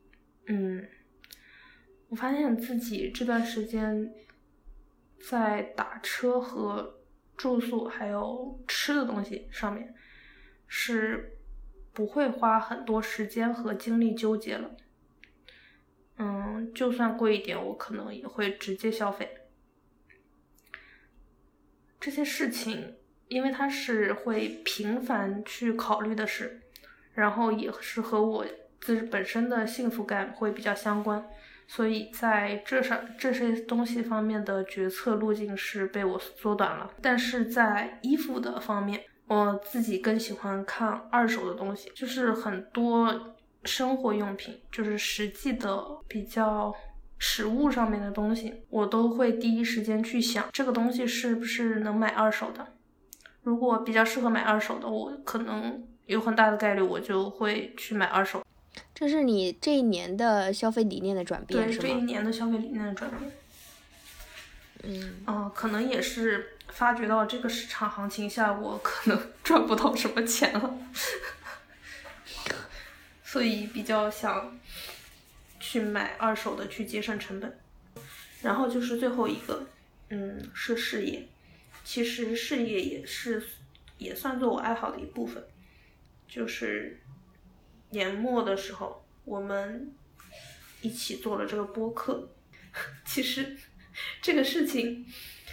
我发现自己这段时间在打车和住宿还有吃的东西上面是不会花很多时间和精力纠结了。就算贵一点，我可能也会直接消费。这些事情因为它是会频繁去考虑的事，然后也是和我自己本身的幸福感会比较相关，所以在这些东西方面的决策路径是被我缩短了。但是在衣服的方面，我自己更喜欢看二手的东西，就是很多生活用品，就是实际的比较实物上面的东西，我都会第一时间去想这个东西是不是能买二手的。如果比较适合买二手的，我可能有很大的概率我就会去买二手。 这是你这一年的消费理念的转变， 对， 是吗？ 这一年的消费理念的转变。可能也是发觉到这个市场行情下我可能赚不到什么钱了所以比较想去买二手的，去节省成本。然后就是最后一个是事业。其实事业也算作我爱好的一部分。就是年末的时候我们一起做了这个播客。其实这个事情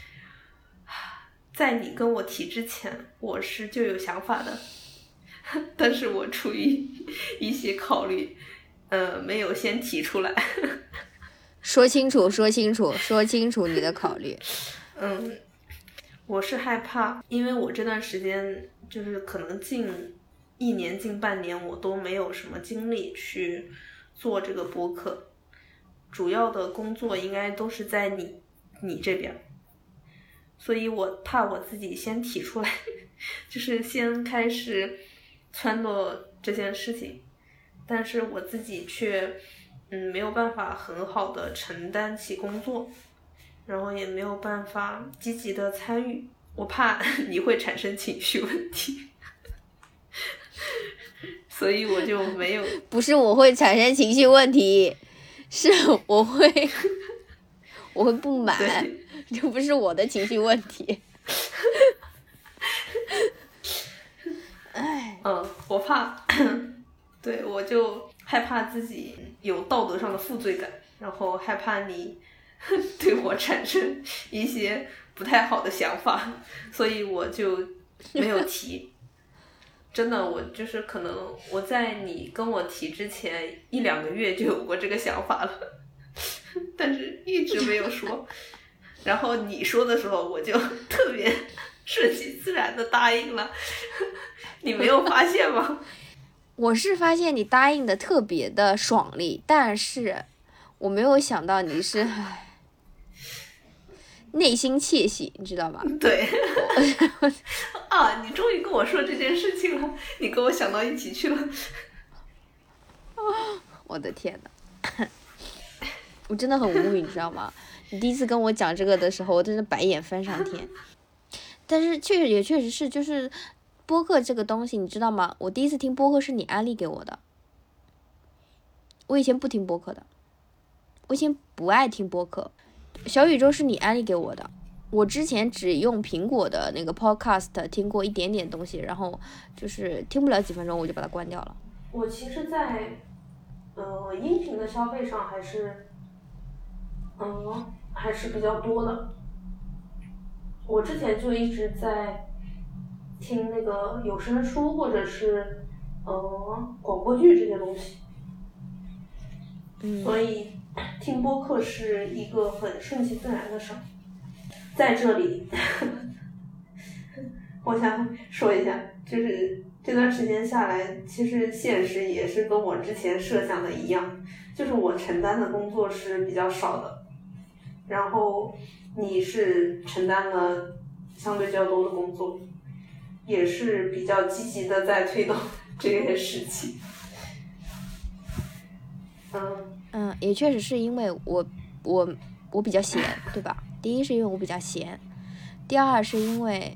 在你跟我提之前我是就有想法的，但是我出于一些考虑没有先提出来。 说清楚你的考虑。 我是害怕，因为我这段时间就是可能近1年近半年我都没有什么精力去做这个播客，主要的工作应该都是在你这边，所以我怕我自己先提出来，就是先开始撺掇这件事情，但是我自己却没有办法很好的承担起工作，然后也没有办法积极的参与，我怕你会产生情绪问题。所以我就没有。 不是我会产生情绪问题，是我会不满，这不是我的情绪问题。 我怕对，我就害怕自己有道德上的负罪感，然后害怕你对我产生一些不太好的想法，所以我就没有提。真的，我就是可能我在你跟我提之前1-2个月就有过这个想法了，但是一直没有说。然后你说的时候我就特别顺其自然的答应了。你没有发现吗？ 我是发现你答应的特别的爽利，但是我没有想到你是内心窃喜，你知道吧？ 对。你终于跟我说这件事情了，你跟我想到一起去了。 我的天哪，我真的很无语，你知道吗？你第一次跟我讲这个的时候，我真的白眼翻上天。但是确实是，就是播客这个东西，你知道吗？我第一次听播客是你安利给我的。我以前不听播客的，我以前不爱听播客。小宇宙是你安利给我的。我之前只用苹果的那个 podcast 听过一点点东西，然后就是听不了几分钟我就把它关掉了。 我其实在音频的消费上还是比较多的。我之前就一直在听那个有声书或者是广播剧这些东西，所以听播客是一个很顺其自然的事。在这里我想说一下，就是这段时间下来，其实现实也是跟我之前设想的一样，就是我承担的工作是比较少的，然后你是承担了相对较多的工作，也是比较积极的在推动这件事情。 也确实是因为我比较闲，对吧？第一是因为我比较闲，第二是因为，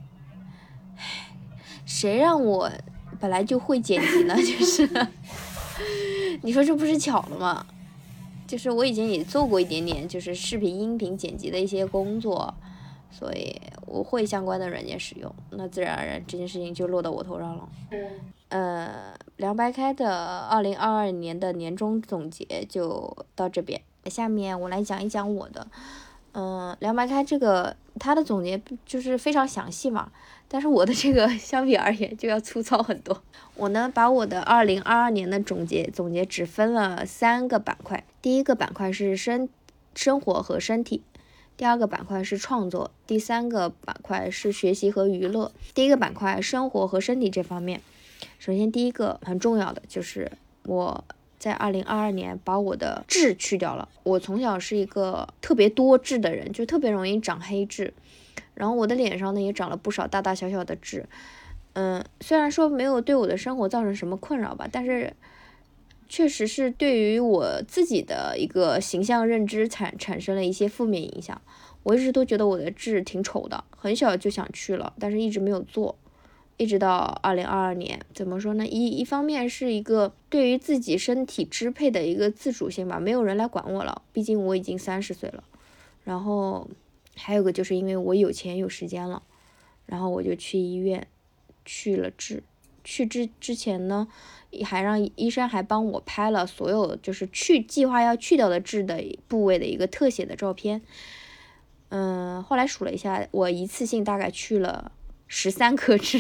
谁让我本来就会剪辑呢？就是你说这不是巧了吗？就是我以前也做过一点点就是视频音频剪辑的一些工作，所以我会相关的软件使用，那自然而然这件事情就落到我头上了。凉白开的2022年的年终总结就到这边，下面我来讲一讲我的。凉白开这个它的总结就是非常详细嘛，但是我的这个相比而言就要粗糙很多。我呢把我的2022年的总结只分了3个板块，第一个板块是生活和身体，第二个板块是创作，第三个板块是学习和娱乐。第一个板块生活和身体这方面，首先第一个很重要的就是我在2022年把我的痣去掉了。我从小是一个特别多痣的人，就特别容易长黑痣，然后我的脸上呢也长了不少大大小小的痣。虽然说没有对我的生活造成什么困扰吧，但是确实是对于我自己的一个形象认知产生了一些负面影响。我一直都觉得我的痣挺丑的，很小就想去了，但是一直没有做，一直到2022年。怎么说呢，一方面是一个对于自己身体支配的一个自主性吧，没有人来管我了，毕竟我已经30岁了。然后还有个就是因为我有钱有时间了，然后我就去医院去了痣。去痣之前呢，还让医生还帮我拍了所有就是计划要去掉的痣的部位的一个特写的照片。后来数了一下，我一次性大概去了13颗痣。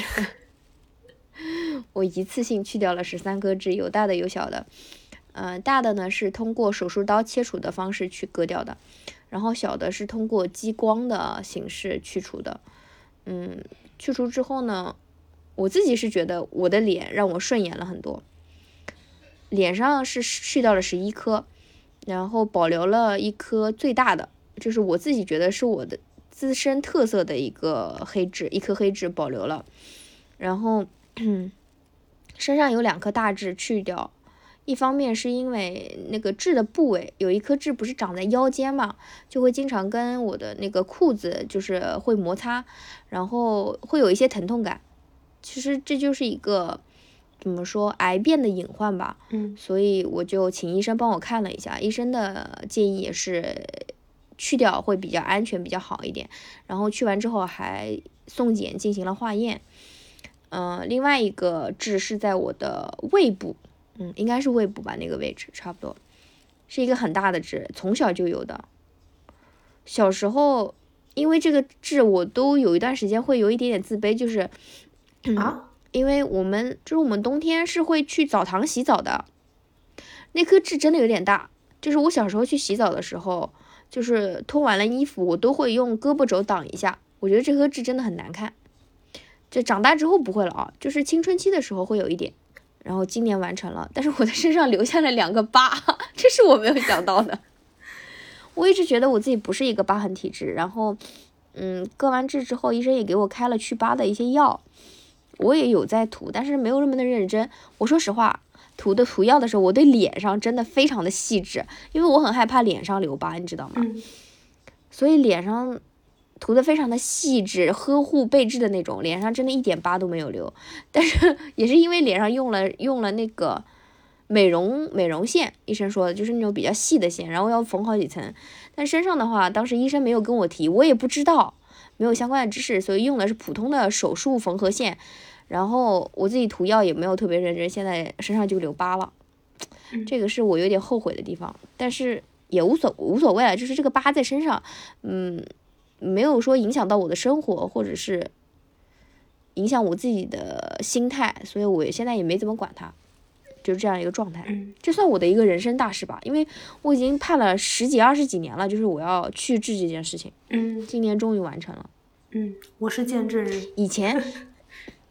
我一次性去掉了13颗痣，有大的有小的。大的呢是通过手术刀切除的方式去割掉的，然后小的是通过激光的形式去除的。去除之后呢，我自己是觉得我的脸让我顺眼了很多。脸上是去掉了11颗，然后保留了1颗最大的，就是我自己觉得是我的自身特色的一个黑痣，1颗黑痣保留了。然后身上有2颗大痣去掉，一方面是因为那个痣的部位有1颗痣不是长在腰间嘛，就会经常跟我的那个裤子就是会摩擦，然后会有一些疼痛感。其实这就是一个怎么说癌变的隐患吧。所以我就请医生帮我看了一下，医生的建议也是去掉会比较安全比较好一点，然后去完之后还送检进行了化验。另外一个痣是在我的胃部，应该是胃部吧，那个位置差不多是一个很大的痣，从小就有的。小时候因为这个痣我都有一段时间会有一点点自卑，就是因为我们冬天是会去澡堂洗澡的，那颗痣真的有点大，就是我小时候去洗澡的时候，就是脱完了衣服我都会用胳膊肘挡一下，我觉得这颗痣真的很难看。这长大之后不会了啊，就是青春期的时候会有一点，然后今年完成了，但是我的身上留下了2个疤，这是我没有想到的。我一直觉得我自己不是一个疤痕体质，然后割完痣之后医生也给我开了去疤的一些药，我也有在涂，但是没有那么的认真。我说实话，涂药的时候我对脸上真的非常的细致，因为我很害怕脸上留疤，你知道吗？所以脸上涂的非常的细致，呵护备至的那种，脸上真的一点疤都没有留。但是也是因为脸上用了那个美容线，医生说的就是那种比较细的线，然后要缝好几层。但身上的话，当时医生没有跟我提，我也不知道，没有相关的知识，所以用的是普通的手术缝合线。然后我自己涂药也没有特别认真，现在身上就留疤了，这个是我有点后悔的地方，但是也无所谓了，就是这个疤在身上，没有说影响到我的生活，或者是影响我自己的心态，所以我现在也没怎么管它，就是这样一个状态。这算我的一个人生大事吧，因为我已经盼了10几20几年了，就是我要去痣这件事情。今年终于完成了。 我是见证人。 以前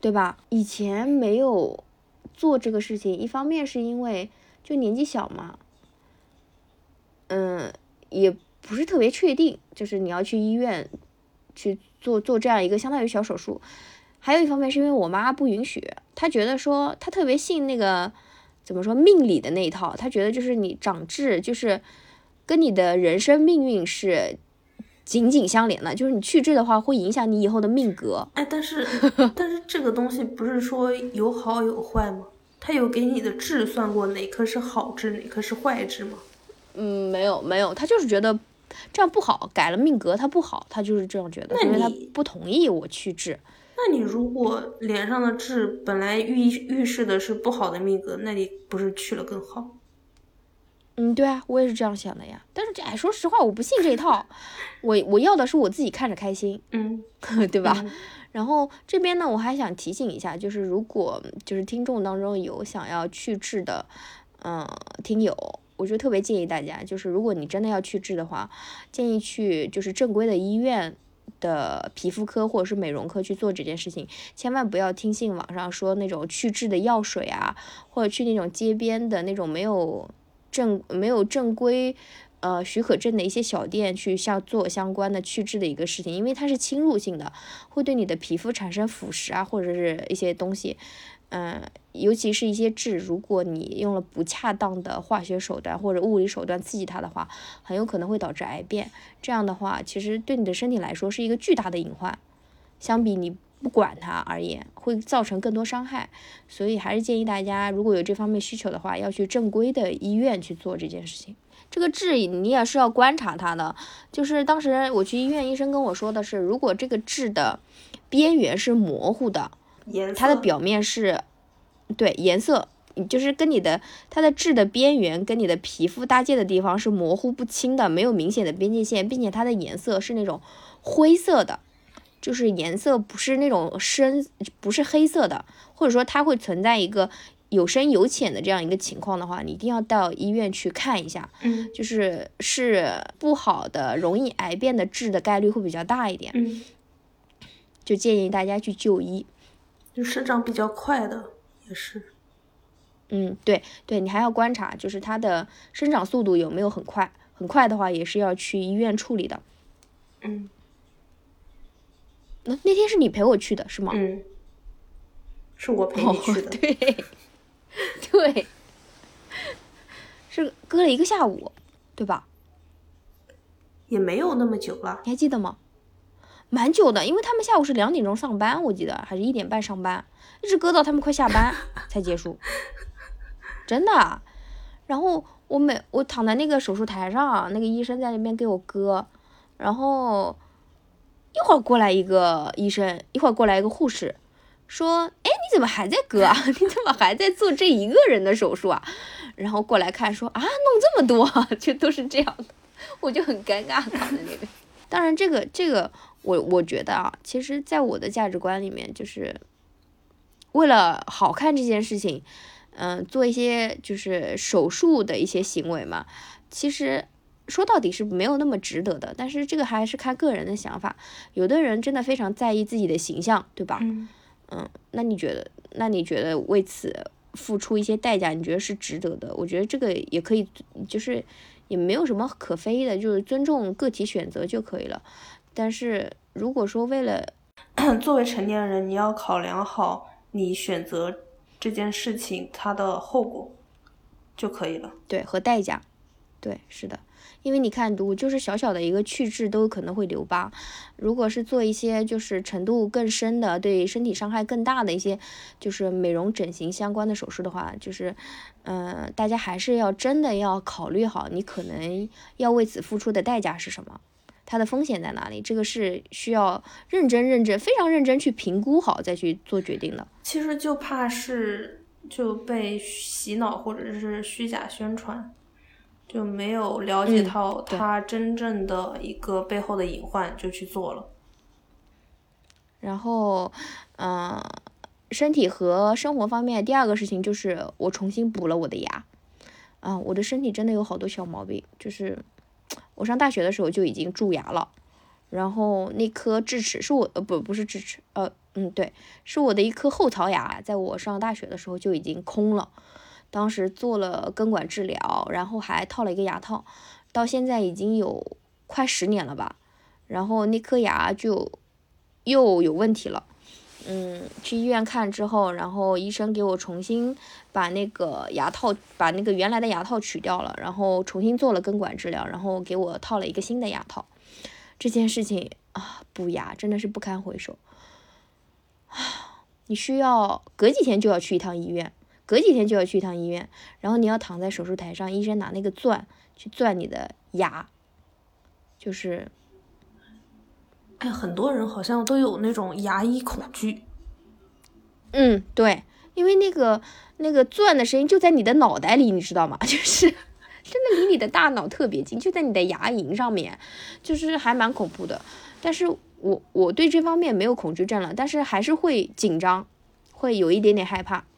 对吧？以前没有做这个事情，一方面是因为就年纪小嘛，也不是特别确定，就是你要去医院去做这样一个相当于小手术。还有一方面是因为我妈不允许，她觉得说她特别信那个怎么说命理的那一套，她觉得就是你长痣就是跟你的人生命运是紧紧相连的，就是你去痣的话会影响你以后的命格。 哎，但是这个东西不是说有好有坏吗？他有给你的痣算过哪颗是好痣，哪颗是坏痣吗？ 没有，他就是觉得这样不好，改了命格他不好，他就是这样觉得，因为他不同意我去痣。 那你如果脸上的痣本来预示的是不好的命格，那你不是去了更好？ 对啊，我也是这样想的呀。但是说实话，我不信这一套，我要的是我自己看着开心，对吧？然后这边呢，我还想提醒一下，就是如果就是听众当中有想要去痣的，听友，我就特别建议大家，就是如果你真的要去痣的话，建议去就是正规的医院的皮肤科或者是美容科去做这件事情，千万不要听信网上说那种去痣的药水啊，或者去那种街边的那种没有正规许可证的一些小店去做相关的去痣的一个事情，因为它是侵入性的，会对你的皮肤产生腐蚀啊，或者是一些东西。尤其是一些痣，如果你用了不恰当的化学手段或者物理手段刺激它的话，很有可能会导致癌变。这样的话，其实对你的身体来说是一个巨大的隐患，相比你不管它而言，会造成更多伤害。所以还是建议大家，如果有这方面需求的话，要去正规的医院去做这件事情。这个痣你也是要观察它的，就是当时我去医院，医生跟我说的是，如果这个痣的边缘是模糊的，它的表面是对颜色，就是跟它的痣的边缘跟你的皮肤搭界的地方是模糊不清的，没有明显的边界线，并且它的颜色是那种灰色的，就是颜色不是那种不是黑色的，或者说它会存在一个有深有浅的这样一个情况的话，你一定要到医院去看一下，就是不好的容易癌变的痣的概率会比较大一点，就建议大家去就医。 就生长比较快的也是， 对，你还要观察，就是它的生长速度有没有很快，很快的话也是要去医院处理的。那天是你陪我去的是吗？ 是我陪你去的。 对，是割了1个下午，对吧？ 也没有那么久了， 你还记得吗？蛮久的，因为他们下午是2点钟上班，我记得还是1点半上班，一直割到他们快下班才结束，真的。然后我躺在那个手术台上，那个医生在那边给我割，然后一会儿过来一个医生，一会儿过来一个护士，说：“哎，你怎么还在割啊？你怎么还在做这一个人的手术啊？”然后过来看说：“啊，弄这么多，就都是这样的。”我就很尴尬，躺在那边。当然，这个我觉得啊，其实在我的价值观里面，就是为了好看这件事情，做一些就是手术的一些行为嘛，其实说到底是没有那么值得的。但是这个还是看个人的想法，有的人真的非常在意自己的形象，对吧？那你觉得为此付出一些代价，你觉得是值得的？我觉得这个也可以，就是也没有什么可非的，就是尊重个体选择就可以了。但是如果说为了作为成年人，你要考量好你选择这件事情它的后果就可以了。 对，和代价，对，是的。因为你看，如果就是小小的一个去痣都有可能会留疤，如果是做一些就是程度更深的、对身体伤害更大的一些就是美容整形相关的手术的话，就是大家还是要真的要考虑好，你可能要为此付出的代价是什么，它的风险在哪里，这个是需要非常认真去评估好再去做决定的。 其实就怕是就被洗脑或者是虚假宣传，就没有了解到它真正的一个背后的隐患就去做了。 然后身体和生活方面第二个事情就是我重新补了我的牙。我的身体真的有好多小毛病，就是我上大学的时候就已经蛀牙了，然后那颗智齿是我不是智齿， 对，是我的一颗后槽牙，在我上大学的时候就已经空了，当时做了根管治疗，然后还套了一个牙套，到现在已经有快10年了吧，然后那颗牙就又有问题了。去医院看之后，然后医生给我重新把那个牙套，把那个原来的牙套取掉了，然后重新做了根管治疗，然后给我套了一个新的牙套。这件事情啊，补牙真的是不堪回首。你需要隔几天就要去一趟医院，然后你要躺在手术台上，医生拿那个钻去钻你的牙，就是。 很多人好像都有那种牙医恐惧。 对，因为那个钻的声音就在你的脑袋里，你知道吗？就是真的离你的大脑特别近，就在你的牙龈上面，就是还蛮恐怖的。但是我对这方面没有恐惧症了，但是还是会紧张，会有一点点害怕。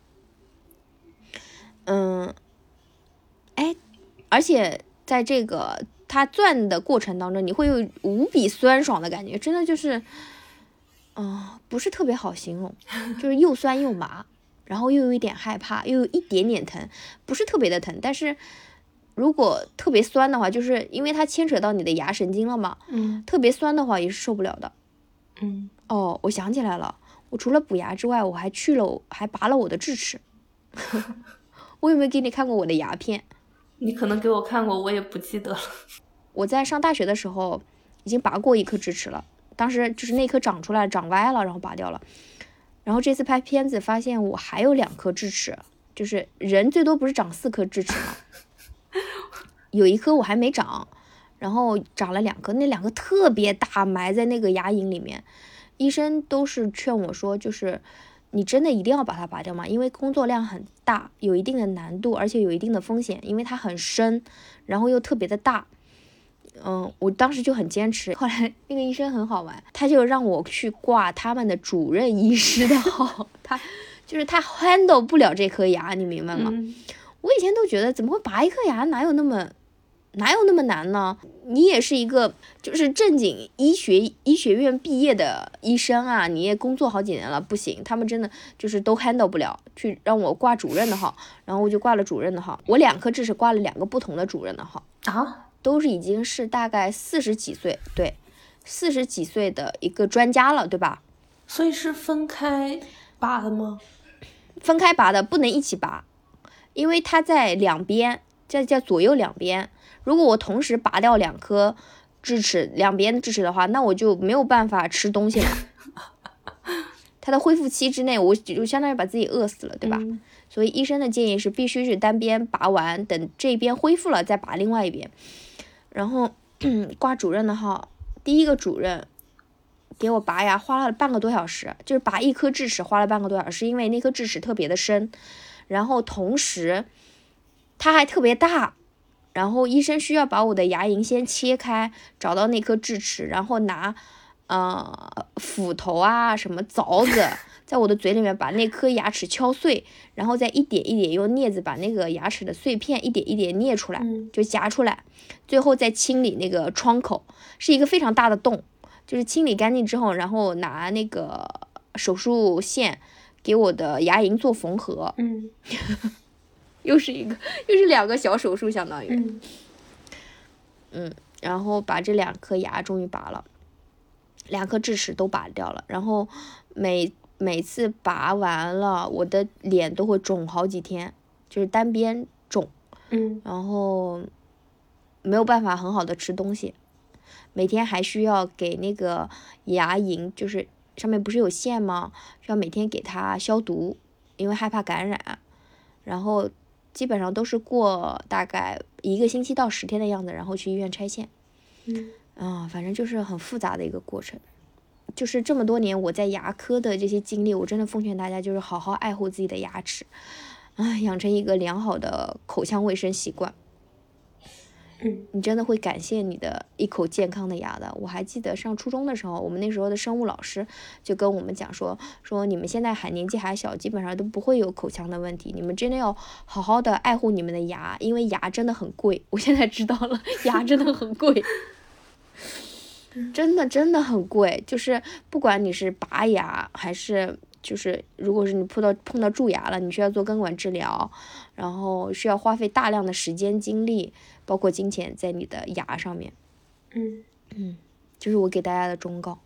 而且在这个它钻的过程当中，你会有无比酸爽的感觉，真的就是，不是特别好形容，就是又酸又麻，然后又有一点害怕，又有一点点疼，不是特别的疼，但是如果特别酸的话，就是因为它牵扯到你的牙神经了嘛，特别酸的话也是受不了的。我想起来了，我除了补牙之外，我还拔了我的智齿。我有没有给你看过我的牙片？ 你可能给我看过，我也不记得了。 我在上大学的时候已经拔过一颗智齿了，当时就是那颗长出来长歪了，然后拔掉了。然后这次拍片子发现我还有2颗智齿，就是人最多不是长4颗智齿吗？有一颗我还没长，然后长了2颗，那2颗特别大，埋在那个牙龈里面。医生都是劝我说，就是你真的一定要把它拔掉吗？因为工作量很大，有一定的难度，而且有一定的风险，因为它很深，然后又特别的大。我当时就很坚持，后来那个医生很好玩，他就让我去挂他们的主任医师的号，他 handle 不了这颗牙，你明白吗？我以前都觉得怎么会拔一颗牙，哪有那么难呢？你也是一个就是正经医学院毕业的医生啊，你也工作好几年了，不行，他们真的就是都 handle 不了，去让我挂主任的号，然后我就挂了主任的号，我2颗智齿挂了2个不同的主任的号啊， 都是已经是大概40几岁，对，40几岁的一个专家了，对吧？ 所以是分开拔的吗？ 分开拔的，不能一起拔，因为它在两边，在左右两边。如果我同时拔掉2颗智齿，两边智齿的话，那我就没有办法吃东西了。它的恢复期之内，我就相当于把自己饿死了，对吧？所以医生的建议是必须是单边拔完，等这边恢复了再拔另外一边。然后挂主任的号，第一个主任给我拔牙花了半个多小时，就是拔1颗智齿花了半个多小时，因为那颗智齿特别的深，然后同时它还特别大，然后医生需要把我的牙龈先切开，找到那颗智齿，然后拿斧头啊什么凿子在我的嘴里面把那颗牙齿敲碎，然后再一点一点用镊子把那个牙齿的碎片一点一点捏出来，就夹出来，最后再清理那个窗口，是一个非常大的洞，就是清理干净之后，然后拿那个手术线给我的牙龈做缝合。又是2个小手术，相当于然后把这2颗牙终于拔了，2颗智齿都拔掉了，然后每次拔完了，我的脸都会肿好几天，就是单边肿，然后没有办法很好的吃东西，每天还需要给那个牙龈，就是上面不是有线吗？需要每天给它消毒，因为害怕感染，然后基本上都是过大概1个星期到10天的样子，然后去医院拆线。反正就是很复杂的一个过程。就是这么多年我在牙科的这些经历，我真的奉劝大家就是好好爱护自己的牙齿，养成一个良好的口腔卫生习惯。你真的会感谢你的一口健康的牙的。我还记得上初中的时候，我们那时候的生物老师就跟我们讲说你们现在年纪还小，基本上都不会有口腔的问题，你们真的要好好的爱护你们的牙，因为牙真的很贵。我现在知道了，牙真的很贵。 真的真的很贵，就是不管你是拔牙还是就是如果是你碰到蛀牙了，你需要做根管治疗，然后需要花费大量的时间精力，包括金钱在你的牙上面。就是我给大家的忠告。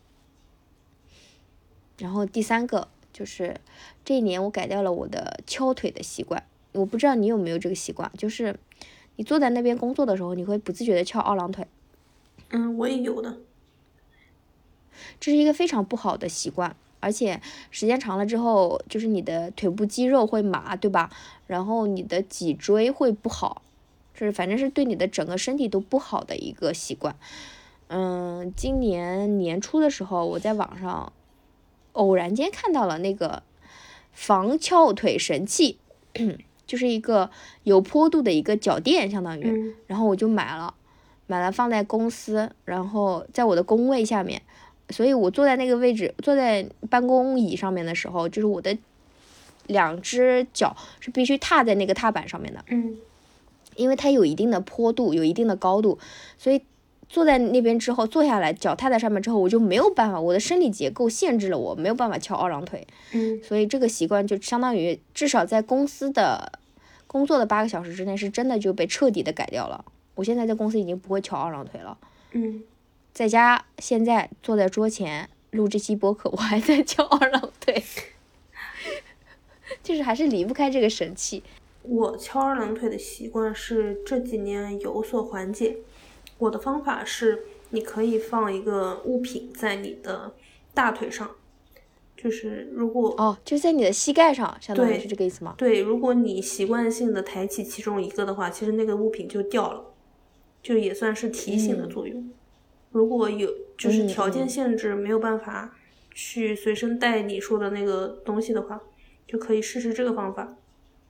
然后第三个就是这一年我改掉了我的敲腿的习惯，我不知道你有没有这个习惯，就是你坐在那边工作的时候，你会不自觉的翘二郎腿。 我也有的。 这是一个非常不好的习惯，而且时间长了之后，就是你的腿部肌肉会麻，对吧？然后你的脊椎会不好，就是反正是对你的整个身体都不好的一个习惯。今年年初的时候，我在网上偶然间看到了那个防翘腿神器，就是一个有坡度的一个脚垫，相当于，然后我就买了放在公司，然后在我的工位下面。所以我坐在那个位置，坐在办公椅上面的时候，就是我的2只脚是必须踏在那个踏板上面的。因为它有一定的坡度，有一定的高度，所以坐在那边之后，坐下来脚踏在上面之后，我就没有办法，我的生理结构限制了我没有办法翘二郎腿。所以这个习惯就相当于至少在公司的工作的8个小时之内，是真的就被彻底的改掉了。我现在在公司已经不会翘二郎腿了。在家现在坐在桌前录这期播客，我还在翘二郎腿，就是还是离不开这个神器。 我翘二郎腿的习惯是这几年有所缓解。我的方法是，你可以放一个物品在你的大腿上，就是如果就在你的膝盖上，相当于是这个意思吗？ 对，如果你习惯性的抬起其中一个的话，其实那个物品就掉了，就也算是提醒的作用。如果有就是条件限制，没有办法去随身带你说的那个东西的话，就可以试试这个方法。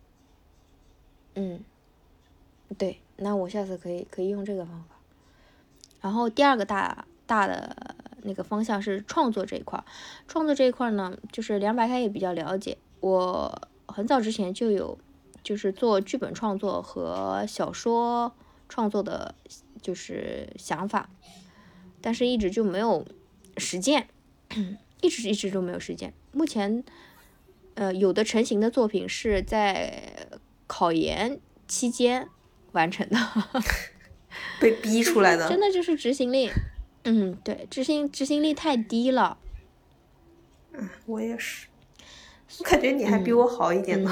对，那我下次可以用这个方法。然后第二个大的那个方向是创作这一块。创作这一块呢，就是梁白开也比较了解，我很早之前就有就是做剧本创作和小说创作的就是想法，但是一直就没有实践，一直都没有实践。目前有的成型的作品是在考研期间完成的。 被逼出来的。 真的就是执行力，对，执行力太低了。 我也是，我感觉你还比我好一点呢。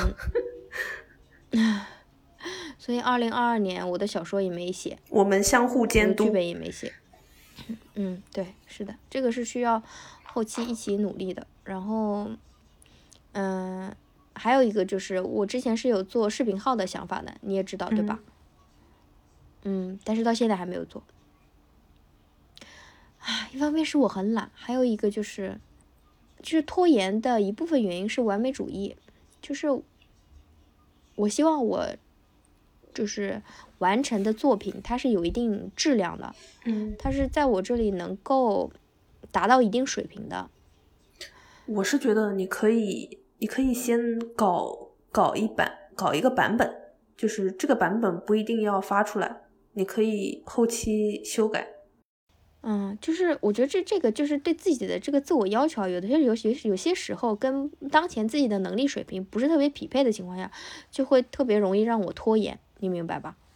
所以2022年我的小说也没写， 我们相互监督， 剧本也没写。对，是的，这个是需要后期一起努力的。然后还有一个就是我之前是有做视频号的想法的，你也知道对吧？但是到现在还没有做。一方面是我很懒，还有一个就是拖延的一部分原因是完美主义，就是我希望我就是完成的作品它是有一定质量的，它是在我这里能够达到一定水平的。 我是觉得你可以先搞一个版本，就是这个版本不一定要发出来，你可以后期修改。 就是我觉得这个就是对自己的这个自我要求，有些时候跟当前自己的能力水平不是特别匹配的情况下，就会特别容易让我拖延，你明白吧？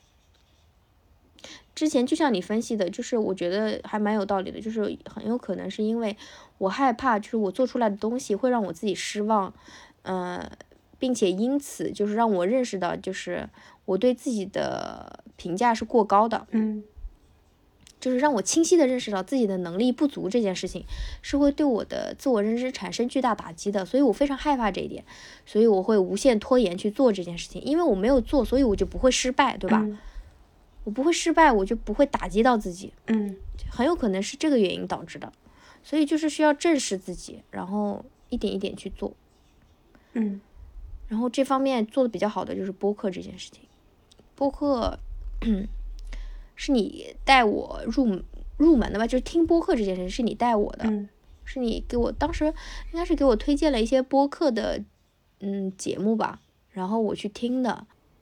之前就像你分析的，就是我觉得还蛮有道理的，就是很有可能是因为我害怕，就是我做出来的东西会让我自己失望，并且因此就是让我认识到，就是我对自己的评价是过高的，就是让我清晰的认识到自己的能力不足这件事情是会对我的自我认知产生巨大打击的，所以我非常害怕这一点，所以我会无限拖延去做这件事情，因为我没有做，所以我就不会失败，对吧？我不会失败，我就不会打击到自己，很有可能是这个原因导致的，所以就是需要正视自己，然后一点一点去做，然后这方面做的比较好的就是播客这件事情，播客是你带我入门的吧，就是听播客这件事是你带我的，是你给我当时应该是给我推荐了一些播客的节目吧，然后我去听的。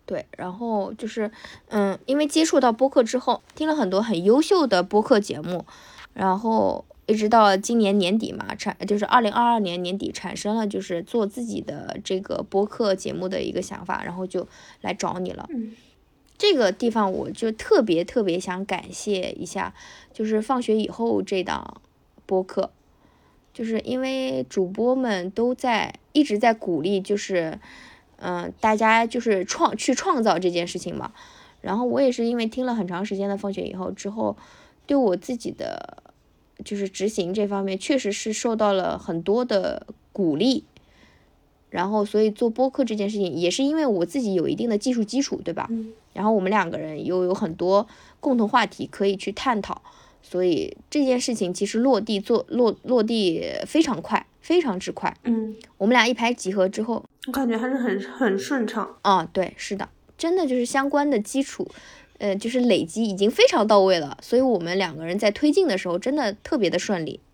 对，然后就是因为接触到播客之后，听了很多很优秀的播客节目，然后一直到今年年底嘛，就是2022年年底产生了就是做自己的这个播客节目的一个想法，然后就来找你了。这个地方我就特别特别想感谢一下，就是放学以后这档播客，就是因为主播们都一直在鼓励，就是大家就是去创造这件事情嘛。然后我也是因为听了很长时间的放学以后之后，对我自己的就是执行这方面确实是受到了很多的鼓励。然后所以做播客这件事情也是因为我自己有一定的技术基础，对吧？然后我们两个人又有很多共同话题可以去探讨，所以这件事情其实落地非常快，非常之快。我们俩一拍即合之后， 我感觉还是很顺畅。 对，是的，真的就是相关的基础，就是累积已经非常到位了，所以我们两个人在推进的时候真的特别的顺利。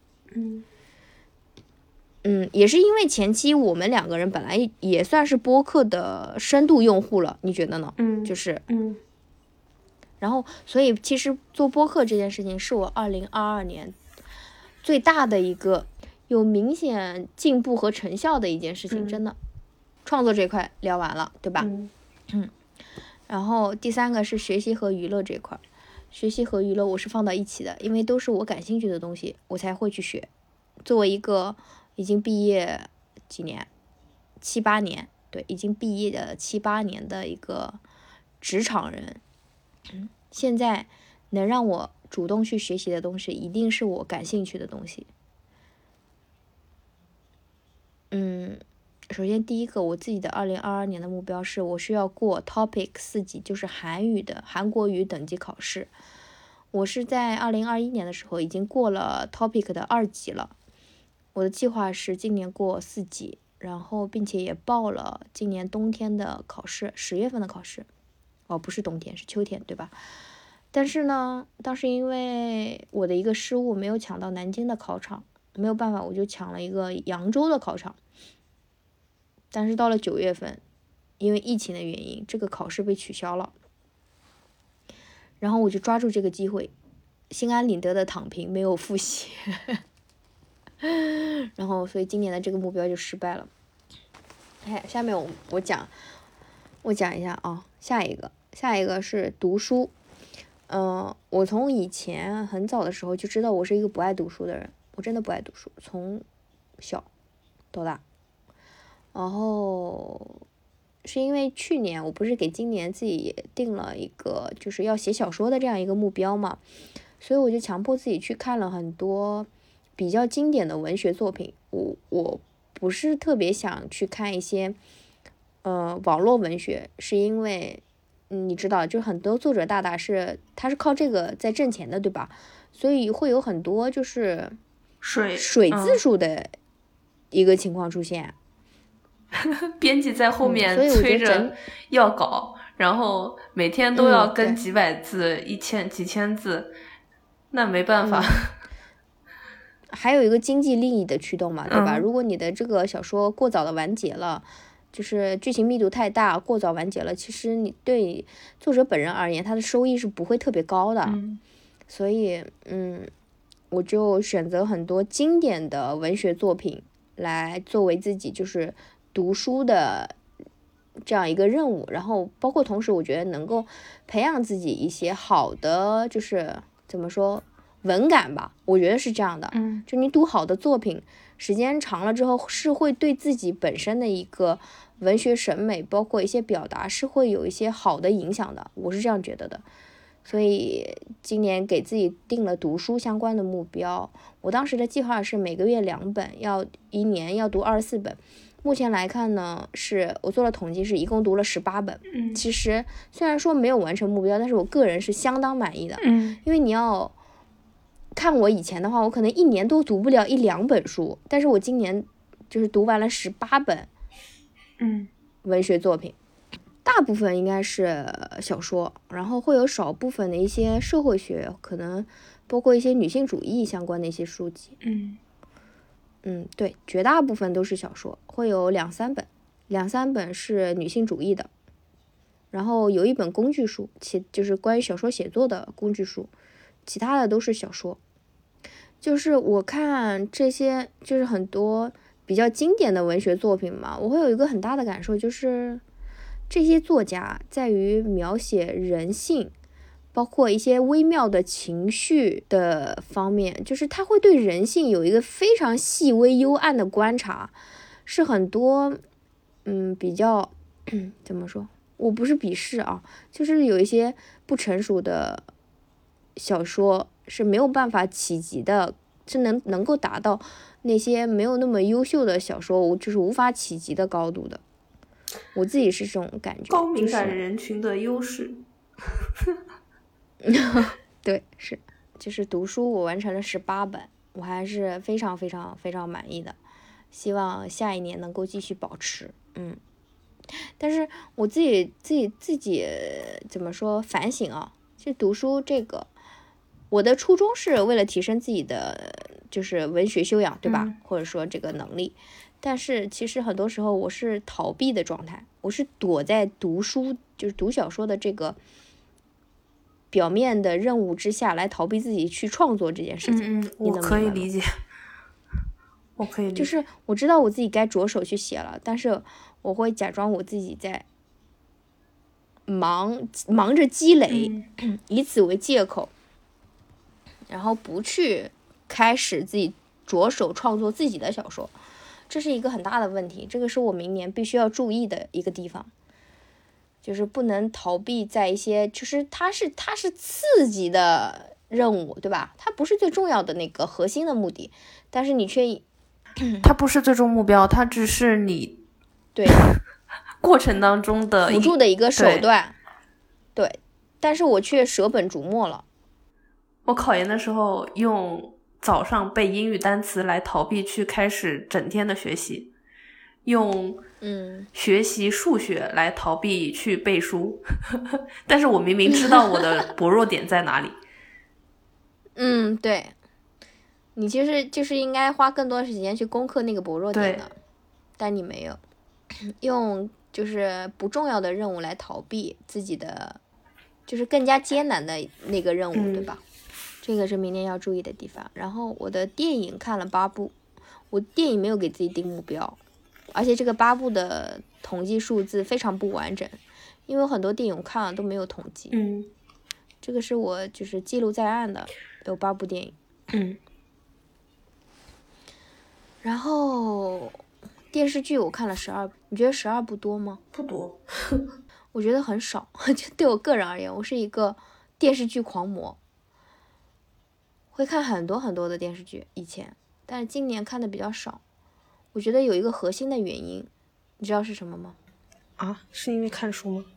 也是因为前期我们两个人本来也算是播客的深度用户了，你觉得呢？然后所以其实做播客这件事情是我2022年最大的一个有明显进步和成效的一件事情，真的。创作这块聊完了，对吧？然后第3个是学习和娱乐这块，学习和娱乐我是放到一起的，因为都是我感兴趣的东西，我才会去学。作为一个已经毕业几年，7、8年，对，已经毕业的7、8年的一个职场人，现在能让我主动去学习的东西，一定是我感兴趣的东西。首先第一个，我自己的2022年的目标是我需要过 TOPIK 4级，就是韩国语等级考试。我是在2021年的时候已经过了 TOPIK 的2级了。我的计划是今年过4级，然后并且也报了今年冬天的考试，10月份的考试。不是冬天，是秋天，对吧？但是呢，当时因为我的一个失误，没有抢到南京的考场，没有办法，我就抢了一个扬州的考场。但是到了9月份，因为疫情的原因，这个考试被取消了。然后我就抓住这个机会，心安理得的躺平，没有复习。然后所以今年的这个目标就失败了。下面我讲一下啊，下一个是读书。我从以前很早的时候就知道我是一个不爱读书的人，我真的不爱读书，从小到大。然后是因为去年我不是给今年自己也定了一个就是要写小说的这样一个目标嘛，所以我就强迫自己去看了很多比较经典的文学作品。我不是特别想去看一些网络文学，是因为你知道，就很多作者大大他是靠这个在挣钱的，对吧？所以会有很多就是水字数的一个情况出现。 编辑在后面催着要稿，然后每天都要跟几百字、几千字，那没办法。 还有一个经济利益的驱动嘛，对吧？如果你的这个小说过早的完结了，就是剧情密度太大，过早完结了，其实你对作者本人而言，他的收益是不会特别高的。所以我就选择很多经典的文学作品来作为自己就是读书的这样一个任务，然后包括同时我觉得能够培养自己一些好的就是怎么说文感吧，我觉得是这样的。就你读好的作品，时间长了之后是会对自己本身的一个文学审美包括一些表达是会有一些好的影响的，我是这样觉得的。所以今年给自己定了读书相关的目标，我当时的计划是每个月2本，一年要读24本。目前来看呢，是我做了统计，是一共读了18本。其实虽然说没有完成目标，但是我个人是相当满意的。因为你要看我以前的话，我可能一年都读不了1、2本书，但是我今年就是读完了18本文学作品，大部分应该是小说，然后会有少部分的一些社会学，可能包括一些女性主义相关的一些书籍。对，绝大部分都是小说，会有2、3本是女性主义的。 然后有一本工具书，就是关于小说写作的工具书，其他的都是小说。就是我看这些就是很多比较经典的文学作品嘛，我会有一个很大的感受，就是这些作家在于描写人性，包括一些微妙的情绪的方面，就是他会对人性有一个非常细微幽暗的观察，是很多比较怎么说，我不是鄙视啊，就是有一些不成熟的小说是没有办法企及的，是能够达到那些没有那么优秀的小说就是无法企及的高度的。我自己是这种感觉， 高敏感人群的优势。 对，是，就是读书我完成了18本，我还是非常非常非常满意的，希望下一年能够继续保持。但是我自己怎么说反省啊，就读书这个，我的初衷是为了提升自己的就是文学修养，对吧？或者说这个能力。但是其实很多时候我是逃避的状态，我是躲在读书就是读小说的这个表面的任务之下来逃避自己去创作这件事情。 我可以理解，我可以理解， 就是我知道我自己该着手去写了，但是我会假装我自己在忙着积累，以此为借口，然后不去开始自己着手创作自己的小说，这是一个很大的问题，这个是我明年必须要注意的一个地方，就是不能逃避在一些就是它是刺激的任务，对吧？它不是最重要的那个核心的目的，但是你却它不是最终目标，它只是你对过程当中的辅助的一个手段。对，但是我却舍本逐末了。 我考研的时候用早上背英语单词来逃避去开始整天的学习，用学习数学来逃避去背书但是我明明知道我的薄弱点在哪里对，你其实就是应该花更多时间去攻克那个薄弱点的，但你没有，用就是不重要的任务来逃避自己的就是更加艰难的那个任务，对吧？这个是明年要注意的地方。然后我的电影看了8部，我电影没有给自己定目标，而且这个8部的统计数字非常不完整，因为很多电影我看了都没有统计。这个是我就是记录在案的，有8部电影。然后电视剧我看了12部，你觉得12部多吗？ 不多我觉得很少，就对我个人而言，我是一个电视剧狂魔，会看很多很多的电视剧以前，但是今年看的比较少。我觉得有一个核心的原因，你知道是什么吗？ 是因为看书吗？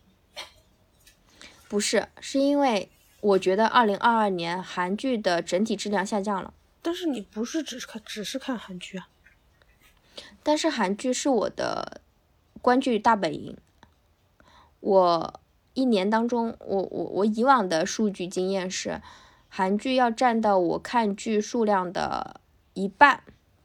不是，是因为我觉得2022年韩剧的整体质量下降了。 但是你不是只是看韩剧啊？ 但是韩剧是我的观剧大本营。我一年当中，我以往的数据经验是，韩剧要占到我看剧数量的1半，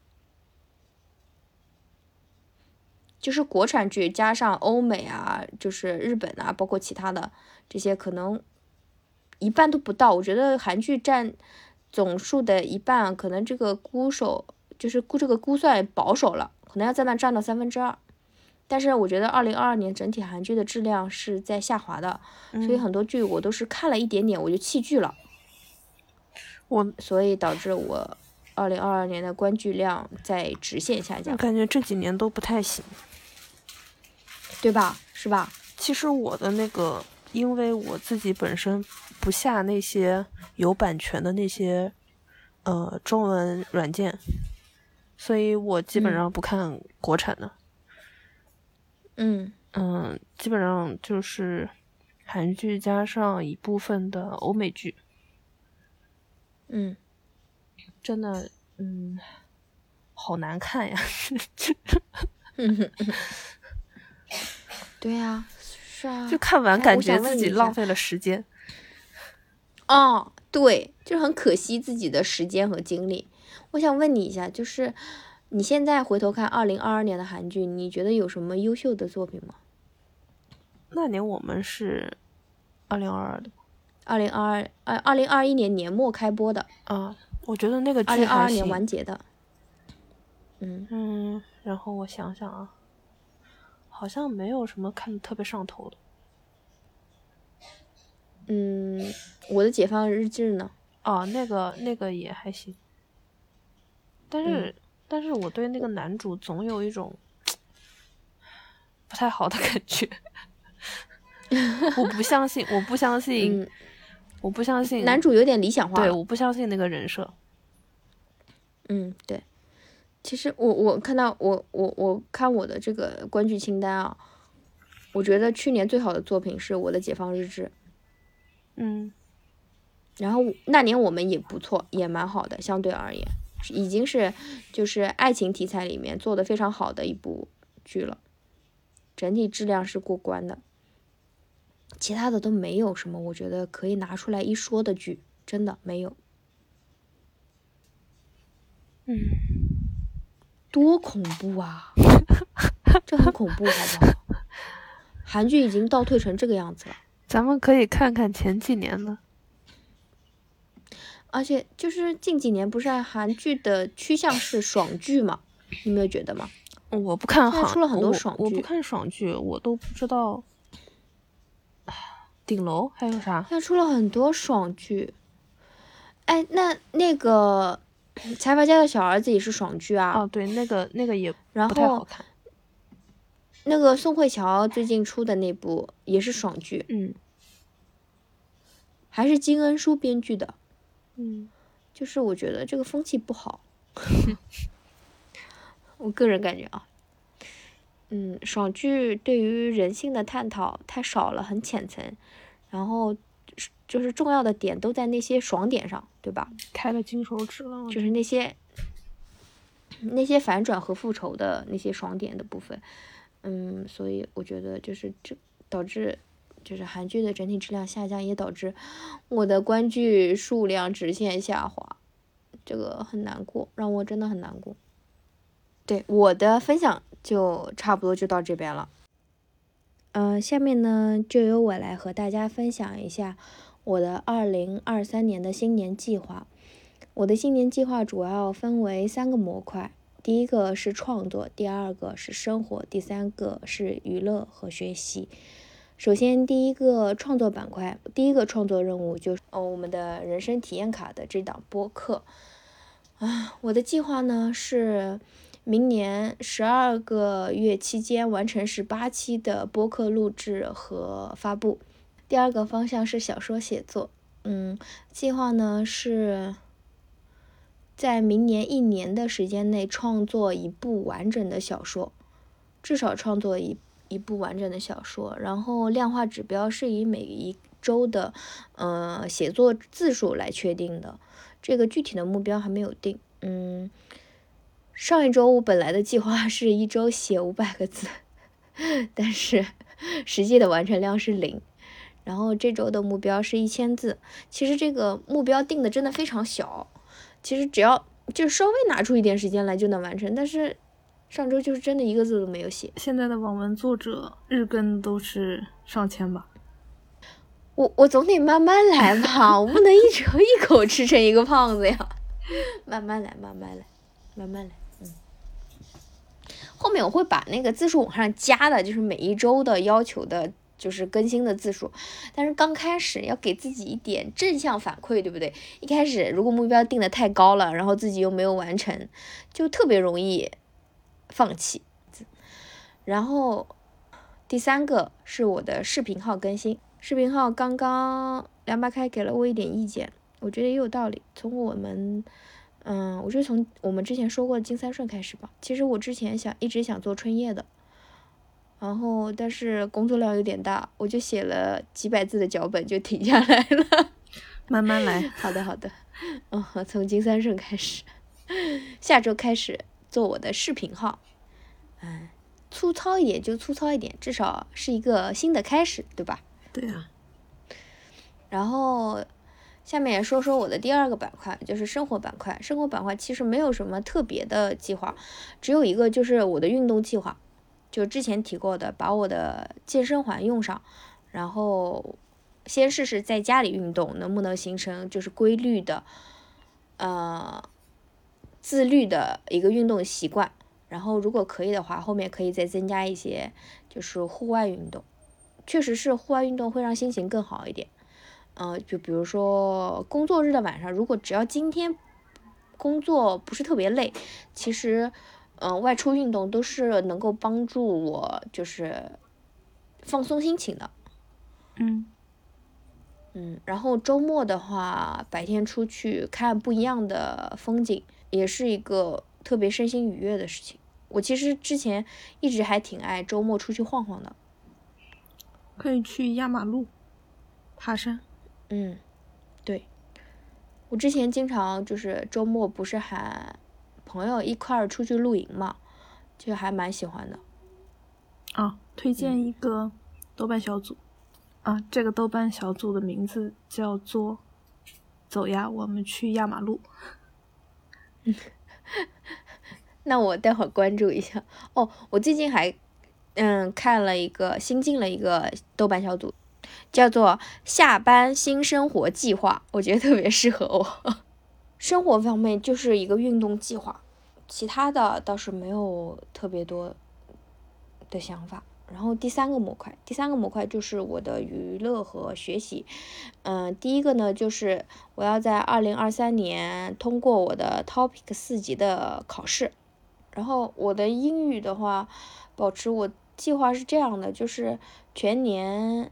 就是国产剧加上欧美啊，就是日本啊，包括其他的这些，可能1半都不到。我觉得韩剧占总数的1半，可能这个估算保守了，可能要在那占到2/3。但是我觉得2022年整体韩剧的质量是在下滑的，所以很多剧我都是看了一点点我就弃剧了，所以导致我2022年的观剧量在直线下降。 我感觉这几年都不太行， 对吧？是吧？ 其实我的那个，因为我自己本身不下那些有版权的那些中文软件，所以我基本上不看国产的。基本上就是韩剧加上一部分的欧美剧。真的，好难看呀。 对呀，是啊， 就看完感觉自己浪费了时间。 对，就是很可惜自己的时间和精力。我想问你一下，就是你现在回头看2022年的韩剧，你觉得有什么优秀的作品吗？ 那年我们是2022的 ，2021年年末开播的。 我觉得那个剧还行，2022年完结的。 然后我想想啊，好像没有什么看得特别上头的。 我的解放日志呢？ 那个也还行，但是我对那个男主总有一种不太好的感觉。我不相信男主有点理想化。 对，我不相信那个人设。 对。其实我看到我看我的这个观剧清单啊，我觉得去年最好的作品是我的解放日志。然后那年我们也不错，也蛮好的，相对而言已经是就是爱情题材里面做的非常好的一部剧了，整体质量是过关的。其他的都没有什么我觉得可以拿出来一说的剧，真的没有。多恐怖啊！这很恐怖，好不好？韩剧已经倒退成这个样子了。 咱们可以看看前几年的。 而且就是近几年不是韩剧的趋向是爽剧嘛？你没有觉得吗？ 我不看出了很多爽剧， 我不看爽剧，我都不知道。顶楼还有啥？ 现在出了很多爽剧。哎，那个财阀家的小儿子也是爽剧啊。 对，那个也不太好看。 那个宋慧乔最近出的那部也是爽剧。还是金恩淑编剧的。就是我觉得这个风气不好。我个人感觉啊。爽剧对于人性的探讨太少了，很浅层，然后就是重要的点都在那些爽点上，对吧？ 开了金手指了。 就是那些反转和复仇的那些爽点的部分。所以我觉得就是这导致就是韩剧的整体质量下降，也导致我的观剧数量直线下滑，这个很难过，让我真的很难过。对，我的分享就差不多就到这边了。下面呢就由我来和大家分享一下我的2023年的新年计划。我的新年计划主要分为3个模块，第一个是创作，第二个是生活，第三个是娱乐和学习。首先第一个创作板块，第一个创作任务就是我们的人生体验卡的这档播客。我的计划呢是明年12个月期间完成18期的播客录制和发布。第二个方向是小说写作。计划呢是在明年1年的时间内创作一部完整的小说，至少创作一部完整的小说。然后量化指标是以每一周的写作字数来确定的，这个具体的目标还没有定。上一周我本来的计划是1周写500个字，但是实际的完成量是0。然后这周的目标是1000字。其实这个目标定的真的非常小，其实只要就稍微拿出一点时间来就能完成，但是上周就是真的1个字都没有写。 现在的网文作者日更都是上千吧。 我总得慢慢来吧，我不能一口吃成一个胖子呀。慢慢来。后面我会把那个字数往上加的，就是每一周的要求的就是更新的字数。但是刚开始要给自己一点正向反馈，对不对？一开始如果目标定的太高了，然后自己又没有完成，就特别容易放弃。然后第3个是我的视频号更新。视频号刚刚200K给了我一点意见，我觉得也有道理。我就从我们之前说过的金三顺开始吧。其实我之前一直想做春夜的，然后但是工作量有点大，我就写了几百字的脚本就停下来了。 慢慢来。 好的。从金三顺开始，下周开始做我的视频号。粗糙一点就粗糙一点，至少是一个新的开始，对吧？ 对啊。 然后下面也说说我的第2个板块，就是生活板块。生活板块其实没有什么特别的计划，只有一个就是我的运动计划。 就之前提过的，把我的健身环用上，然后先试试在家里运动能不能形成就是规律的自律的一个运动习惯，然后如果可以的话，后面可以再增加一些就是户外运动。确实是户外运动会让心情更好一点。就比如说工作日的晚上，如果只要今天工作不是特别累，其实外出运动都是能够帮助我就是放松心情的。然后周末的话，白天出去看不一样的风景，也是一个特别身心愉悦的事情。我其实之前一直还挺爱周末出去晃晃的。 可以去压马路爬山。 对，我之前经常就是周末不是喊朋友一块儿出去露营嘛，就还蛮喜欢的。 推荐一个豆瓣小组。这个豆瓣小组的名字叫做走呀我们去压马路。 那我待会儿关注一下。我最近还看了新进了一个豆瓣小组，叫做下班新生活计划，我觉得特别适合我。生活方面就是一个运动计划，其他的倒是没有特别多的想法。然后第三个模块就是我的娱乐和学习。第一个呢，就是我要在2023年通过我的 Topic 4级的考试。然后我的英语的话，保持我计划是这样的，就是全年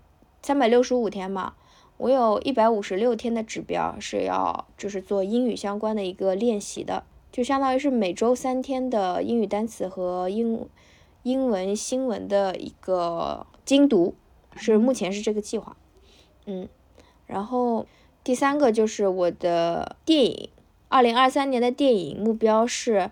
365天嘛，我有156天的指标是要就是做英语相关的一个练习的，就相当于是每周3天的英语单词和英文新闻的一个精读，目前是这个计划。然后第三个就是我的电影，2023年的电影目标是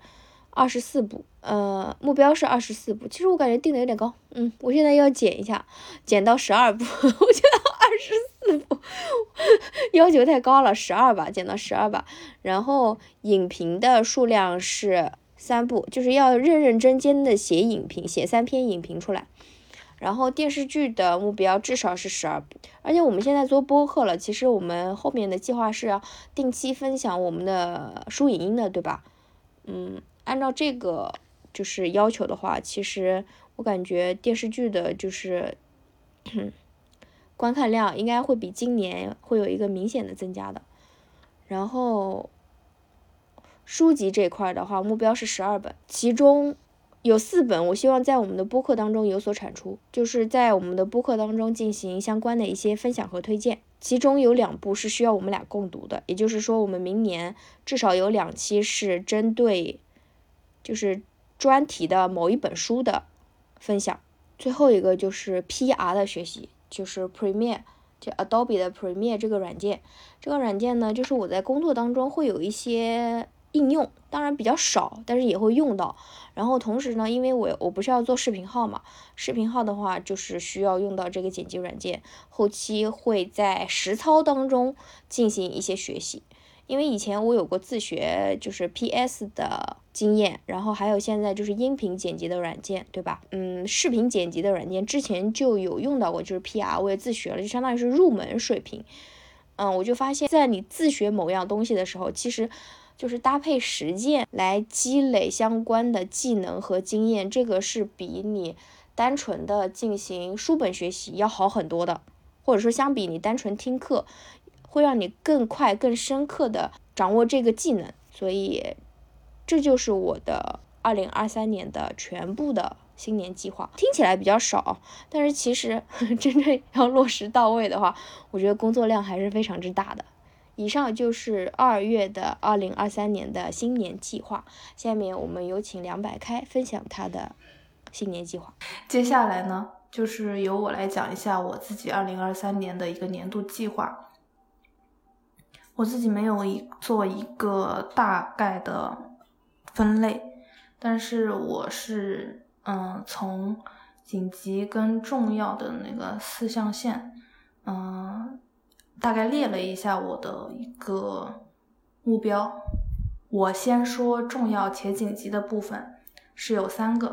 24部，其实我感觉定的有点高，我现在要减一下，减到12部，我觉得24部要求太高了，12吧，减到12吧。然后影评的数量是3部，就是要认认真真的写影评，写3篇影评出来。然后电视剧的目标至少是12部，而且我们现在做播客了，其实我们后面的计划是要定期分享我们的书影音的，对吧？按照这个就是要求的话，其实我感觉电视剧的就是观看量应该会比今年会有一个明显的增加的。然后书籍这块的话，目标是12本，其中有4本我希望在我们的播客当中有所产出，就是在我们的播客当中进行相关的一些分享和推荐，其中有2部是需要我们俩共读的，也就是说我们明年至少有2期是针对就是专题的某一本书的分享。最后一个就是 PR 的学习，就是 Premiere， 就 Adobe 的 Premiere 这个软件。这个软件呢，就是我在工作当中会有一些应用，当然比较少，但是也会用到。然后同时呢，因为我不是要做视频号嘛，视频号的话就是需要用到这个剪辑软件，后期会在实操当中进行一些学习。因为以前我有过自学就是 PS 的经验，然后还有现在就是音频剪辑的软件，对吧？视频剪辑的软件之前就有用到过，就是 PR 我也自学了，就相当于是入门水平。我就发现在你自学某样东西的时候，其实就是搭配实践来积累相关的技能和经验，这个是比你单纯的进行书本学习要好很多的，或者说相比你单纯听课，会让你更快更深刻的掌握这个技能。所以这就是我的2023年的全部的新年计划。听起来比较少，但是其实真正要落实到位的话，我觉得工作量还是非常之大的。以上就是2月的2023年的新年计划，下面我们有请梁百开分享他的新年计划。 接下来呢，就是由我来讲一下我自己2023年的一个年度计划。我自己没有做一个大概的分类，但是我是从紧急跟重要的那个4象限大概列了一下我的一个目标。我先说重要且紧急的部分是有3个。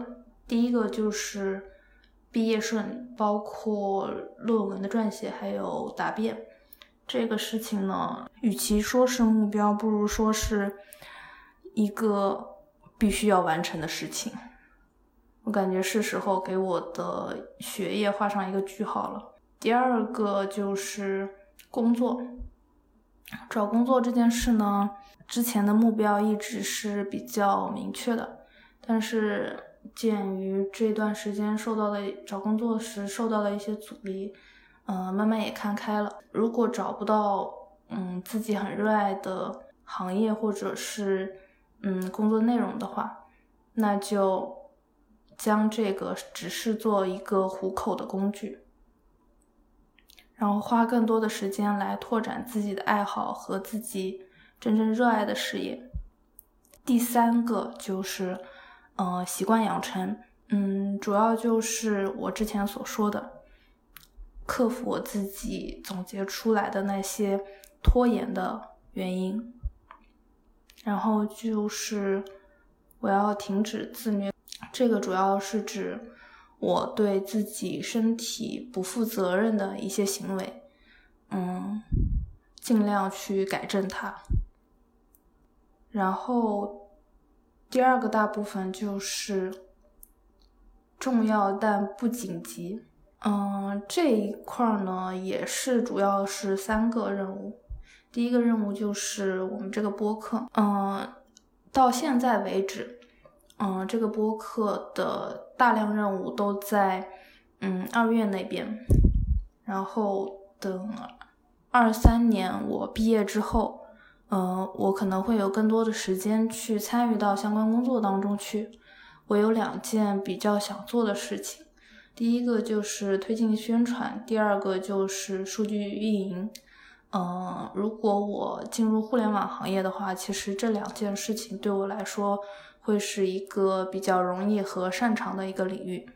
第一个就是毕业顺，包括论文的撰写还有答辩。这个事情呢，与其说是目标，不如说是一个必须要完成的事情。我感觉是时候给我的学业画上一个句号了。第二个就是工作。找工作这件事呢，之前的目标一直是比较明确的，但是鉴于这段时间找工作时受到的一些阻力，慢慢也看开了。如果找不到自己很热爱的行业或者是工作内容的话，那就将这个只是做一个糊口的工具，然后花更多的时间来拓展自己的爱好和自己真正热爱的事业。第三个就是习惯养成，主要就是我之前所说的，克服我自己总结出来的那些拖延的原因。然后就是我要停止自虐，这个主要是指我对自己身体不负责任的一些行为，尽量去改正它。然后第二个大部分就是重要但不紧急。这一块呢也是主要是3个任务。第一个任务就是我们这个播客，到现在为止，这个播客的大量任务都在2月那边，然后等23年我毕业之后，我可能会有更多的时间去参与到相关工作当中去。我有2件比较想做的事情，第一个就是推进宣传，第二个就是数据运营。如果我进入互联网行业的话，其实这2件事情对我来说会是一个比较容易和擅长的一个领域。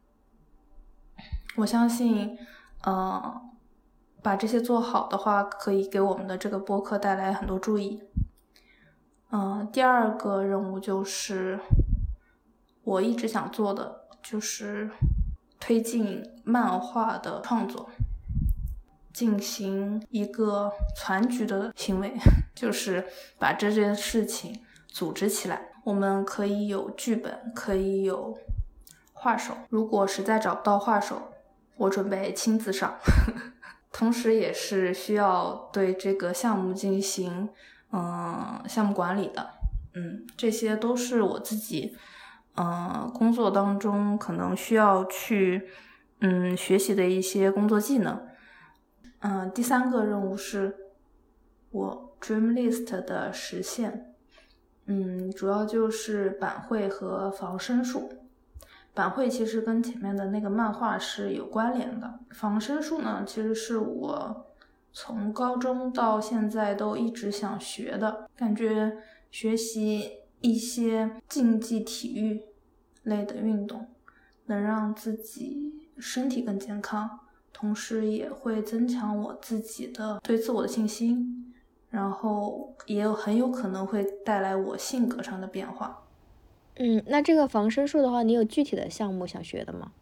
我相信把这些做好的话，可以给我们的这个播客带来很多注意。第二个任务就是我一直想做的，就是推进漫画的创作，进行一个团局的行为，就是把这件事情组织起来。我们可以有剧本，可以有画手，如果实在找不到画手，我准备亲自上。同时也是需要对这个项目进行项目管理的。这些都是我自己工作当中可能需要去学习的一些工作技能。第3个任务是我 Dream List 的实现，主要就是版绘和仿生术。版绘其实跟前面的那个漫画是有关联的，仿生术呢其实是我从高中到现在都一直想学的，感觉学习一些竞技体育类的运动能让自己身体更健康，同时也会增强我自己的对自我的信心，然后也很有可能会带来我性格上的变化。 那这个仿生术的话，你有具体的项目想学的吗？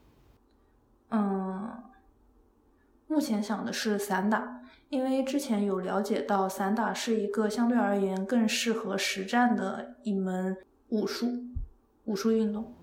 目前想的是散打，因为之前有了解到散打是一个相对而言更适合实战的一门武术运动。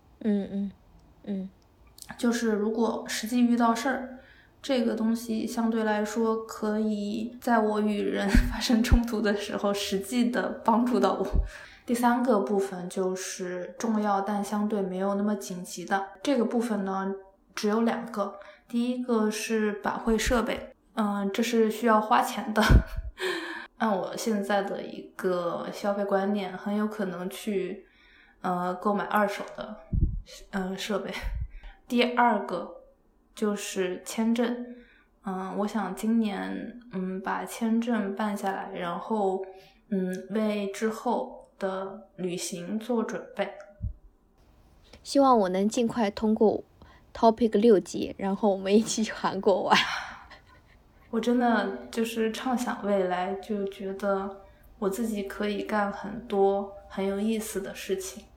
就是如果实际遇到事儿，这个东西相对来说可以在我与人发生冲突的时候实际的帮助到我。第3个部分就是重要但相对没有那么紧急的，这个部分呢只有2个。第一个是版绘设备，这是需要花钱的。按我现在的一个消费观念，很有可能去购买2手的设备。第2个就是签证，我想今年把签证办下来，然后为之后的旅行做准备。 希望我能尽快通过 Topic 6级，然后我们一起去韩国玩。 我真的就是畅想未来，就觉得我自己可以干很多很有意思的事情。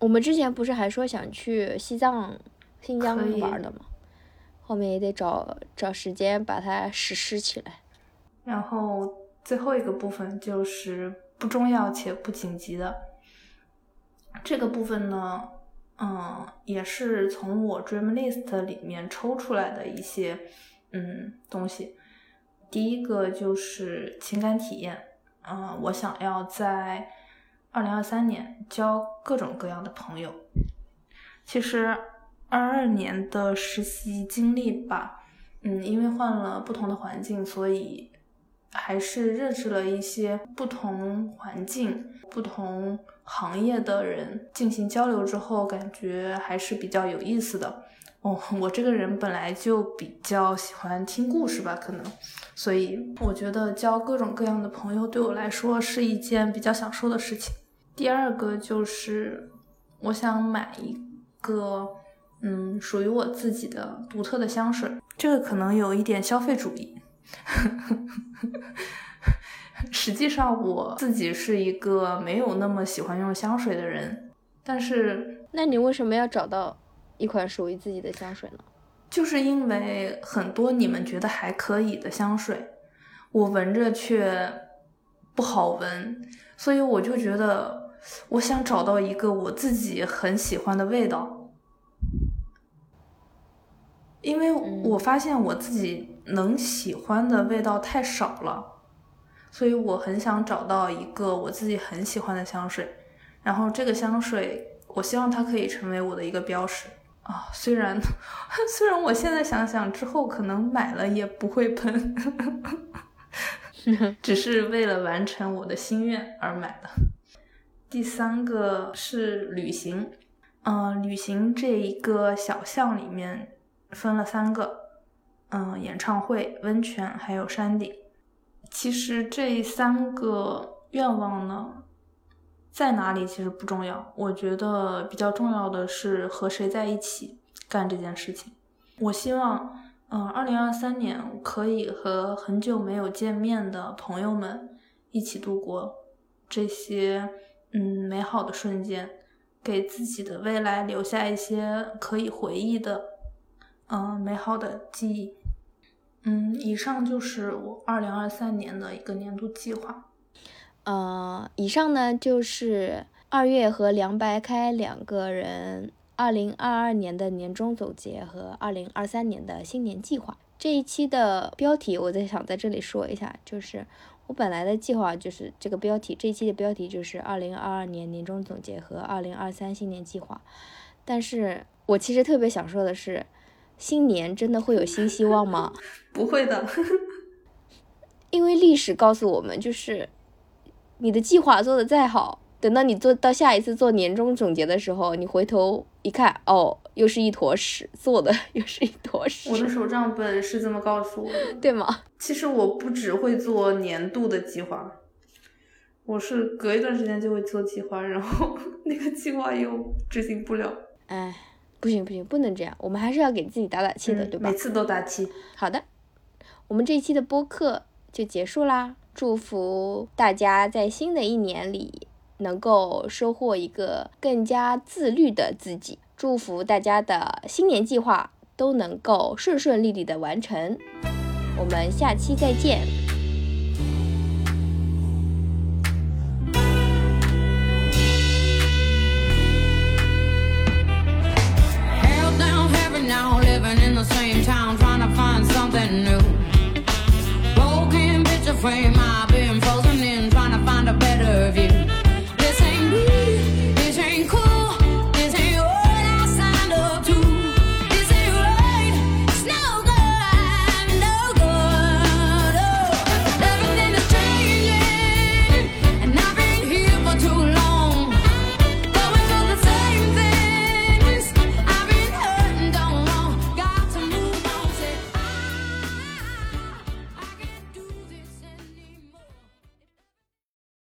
我们之前不是还说想去新疆玩的吗？后面也得找时间把它实施起来。 然后最后一个部分就是不重要且不紧急的。这个部分呢，也是从我 Dream List 里面抽出来的一些东西。第一个就是情感体验，我想要在2023年交各种各样的朋友。其实22年的实习经历吧，因为换了不同的环境，所以还是认识了一些不同环境、不同行业的人，进行交流之后，感觉还是比较有意思的。我这个人本来就比较喜欢听故事吧，可能，所以我觉得交各种各样的朋友对我来说是一件比较享受的事情。第二个就是我想买一个属于我自己的独特的香水，这个可能有一点消费主义。实际上我自己是一个没有那么喜欢用香水的人，但是那你为什么要找到一款属于自己的香水呢？ 就是因为很多你们觉得还可以的香水，我闻着却不好闻，所以我就觉得我想找到一个我自己很喜欢的味道。因为我发现我自己能喜欢的味道太少了，所以我很想找到一个我自己很喜欢的香水，然后这个香水我希望它可以成为我的一个标识啊。虽然我现在想想之后可能买了也不会喷只是为了完成我的心愿而买的。第三个是旅行，旅行这一个小项里面分了3个，演唱会、温泉还有山顶。其实这3个愿望呢，在哪里其实不重要，我觉得比较重要的是和谁在一起干这件事情。我希望2023年可以和很久没有见面的朋友们一起度过这些美好的瞬间，给自己的未来留下一些可以回忆的美好的记忆。以上就是我2023年的一个年度计划。 以上呢就是2月和梁白开2个人2022年的年终总结和2023年的新年计划。这一期的标题我想在这里说一下，就是我本来的计划就是这个标题，这一期的标题就是2022年年终总结和2023新年计划。但是我其实特别想说的是，新年真的会有新希望吗？ 不会的因为历史告诉我们，就是你的计划做得再好，等到你做到下一次做年终总结的时候，你回头一看，又是一坨屎，做的又是一坨屎。 我的手账本是这么告诉我的， 对吗？ 其实我不只会做年度的计划，我是隔一段时间就会做计划，然后那个计划又执行不了。 哎，不行，不能这样，我们还是要给自己打打气的，对吧？ 每次都打气。 好的，我们这一期的播客就结束啦。祝福大家在新的一年里能够收获一个更加自律的自己，祝福大家的新年计划都能够顺顺利利的完成。我们下期再见。 Now living in the same town, trying to find something new. Broken picture frame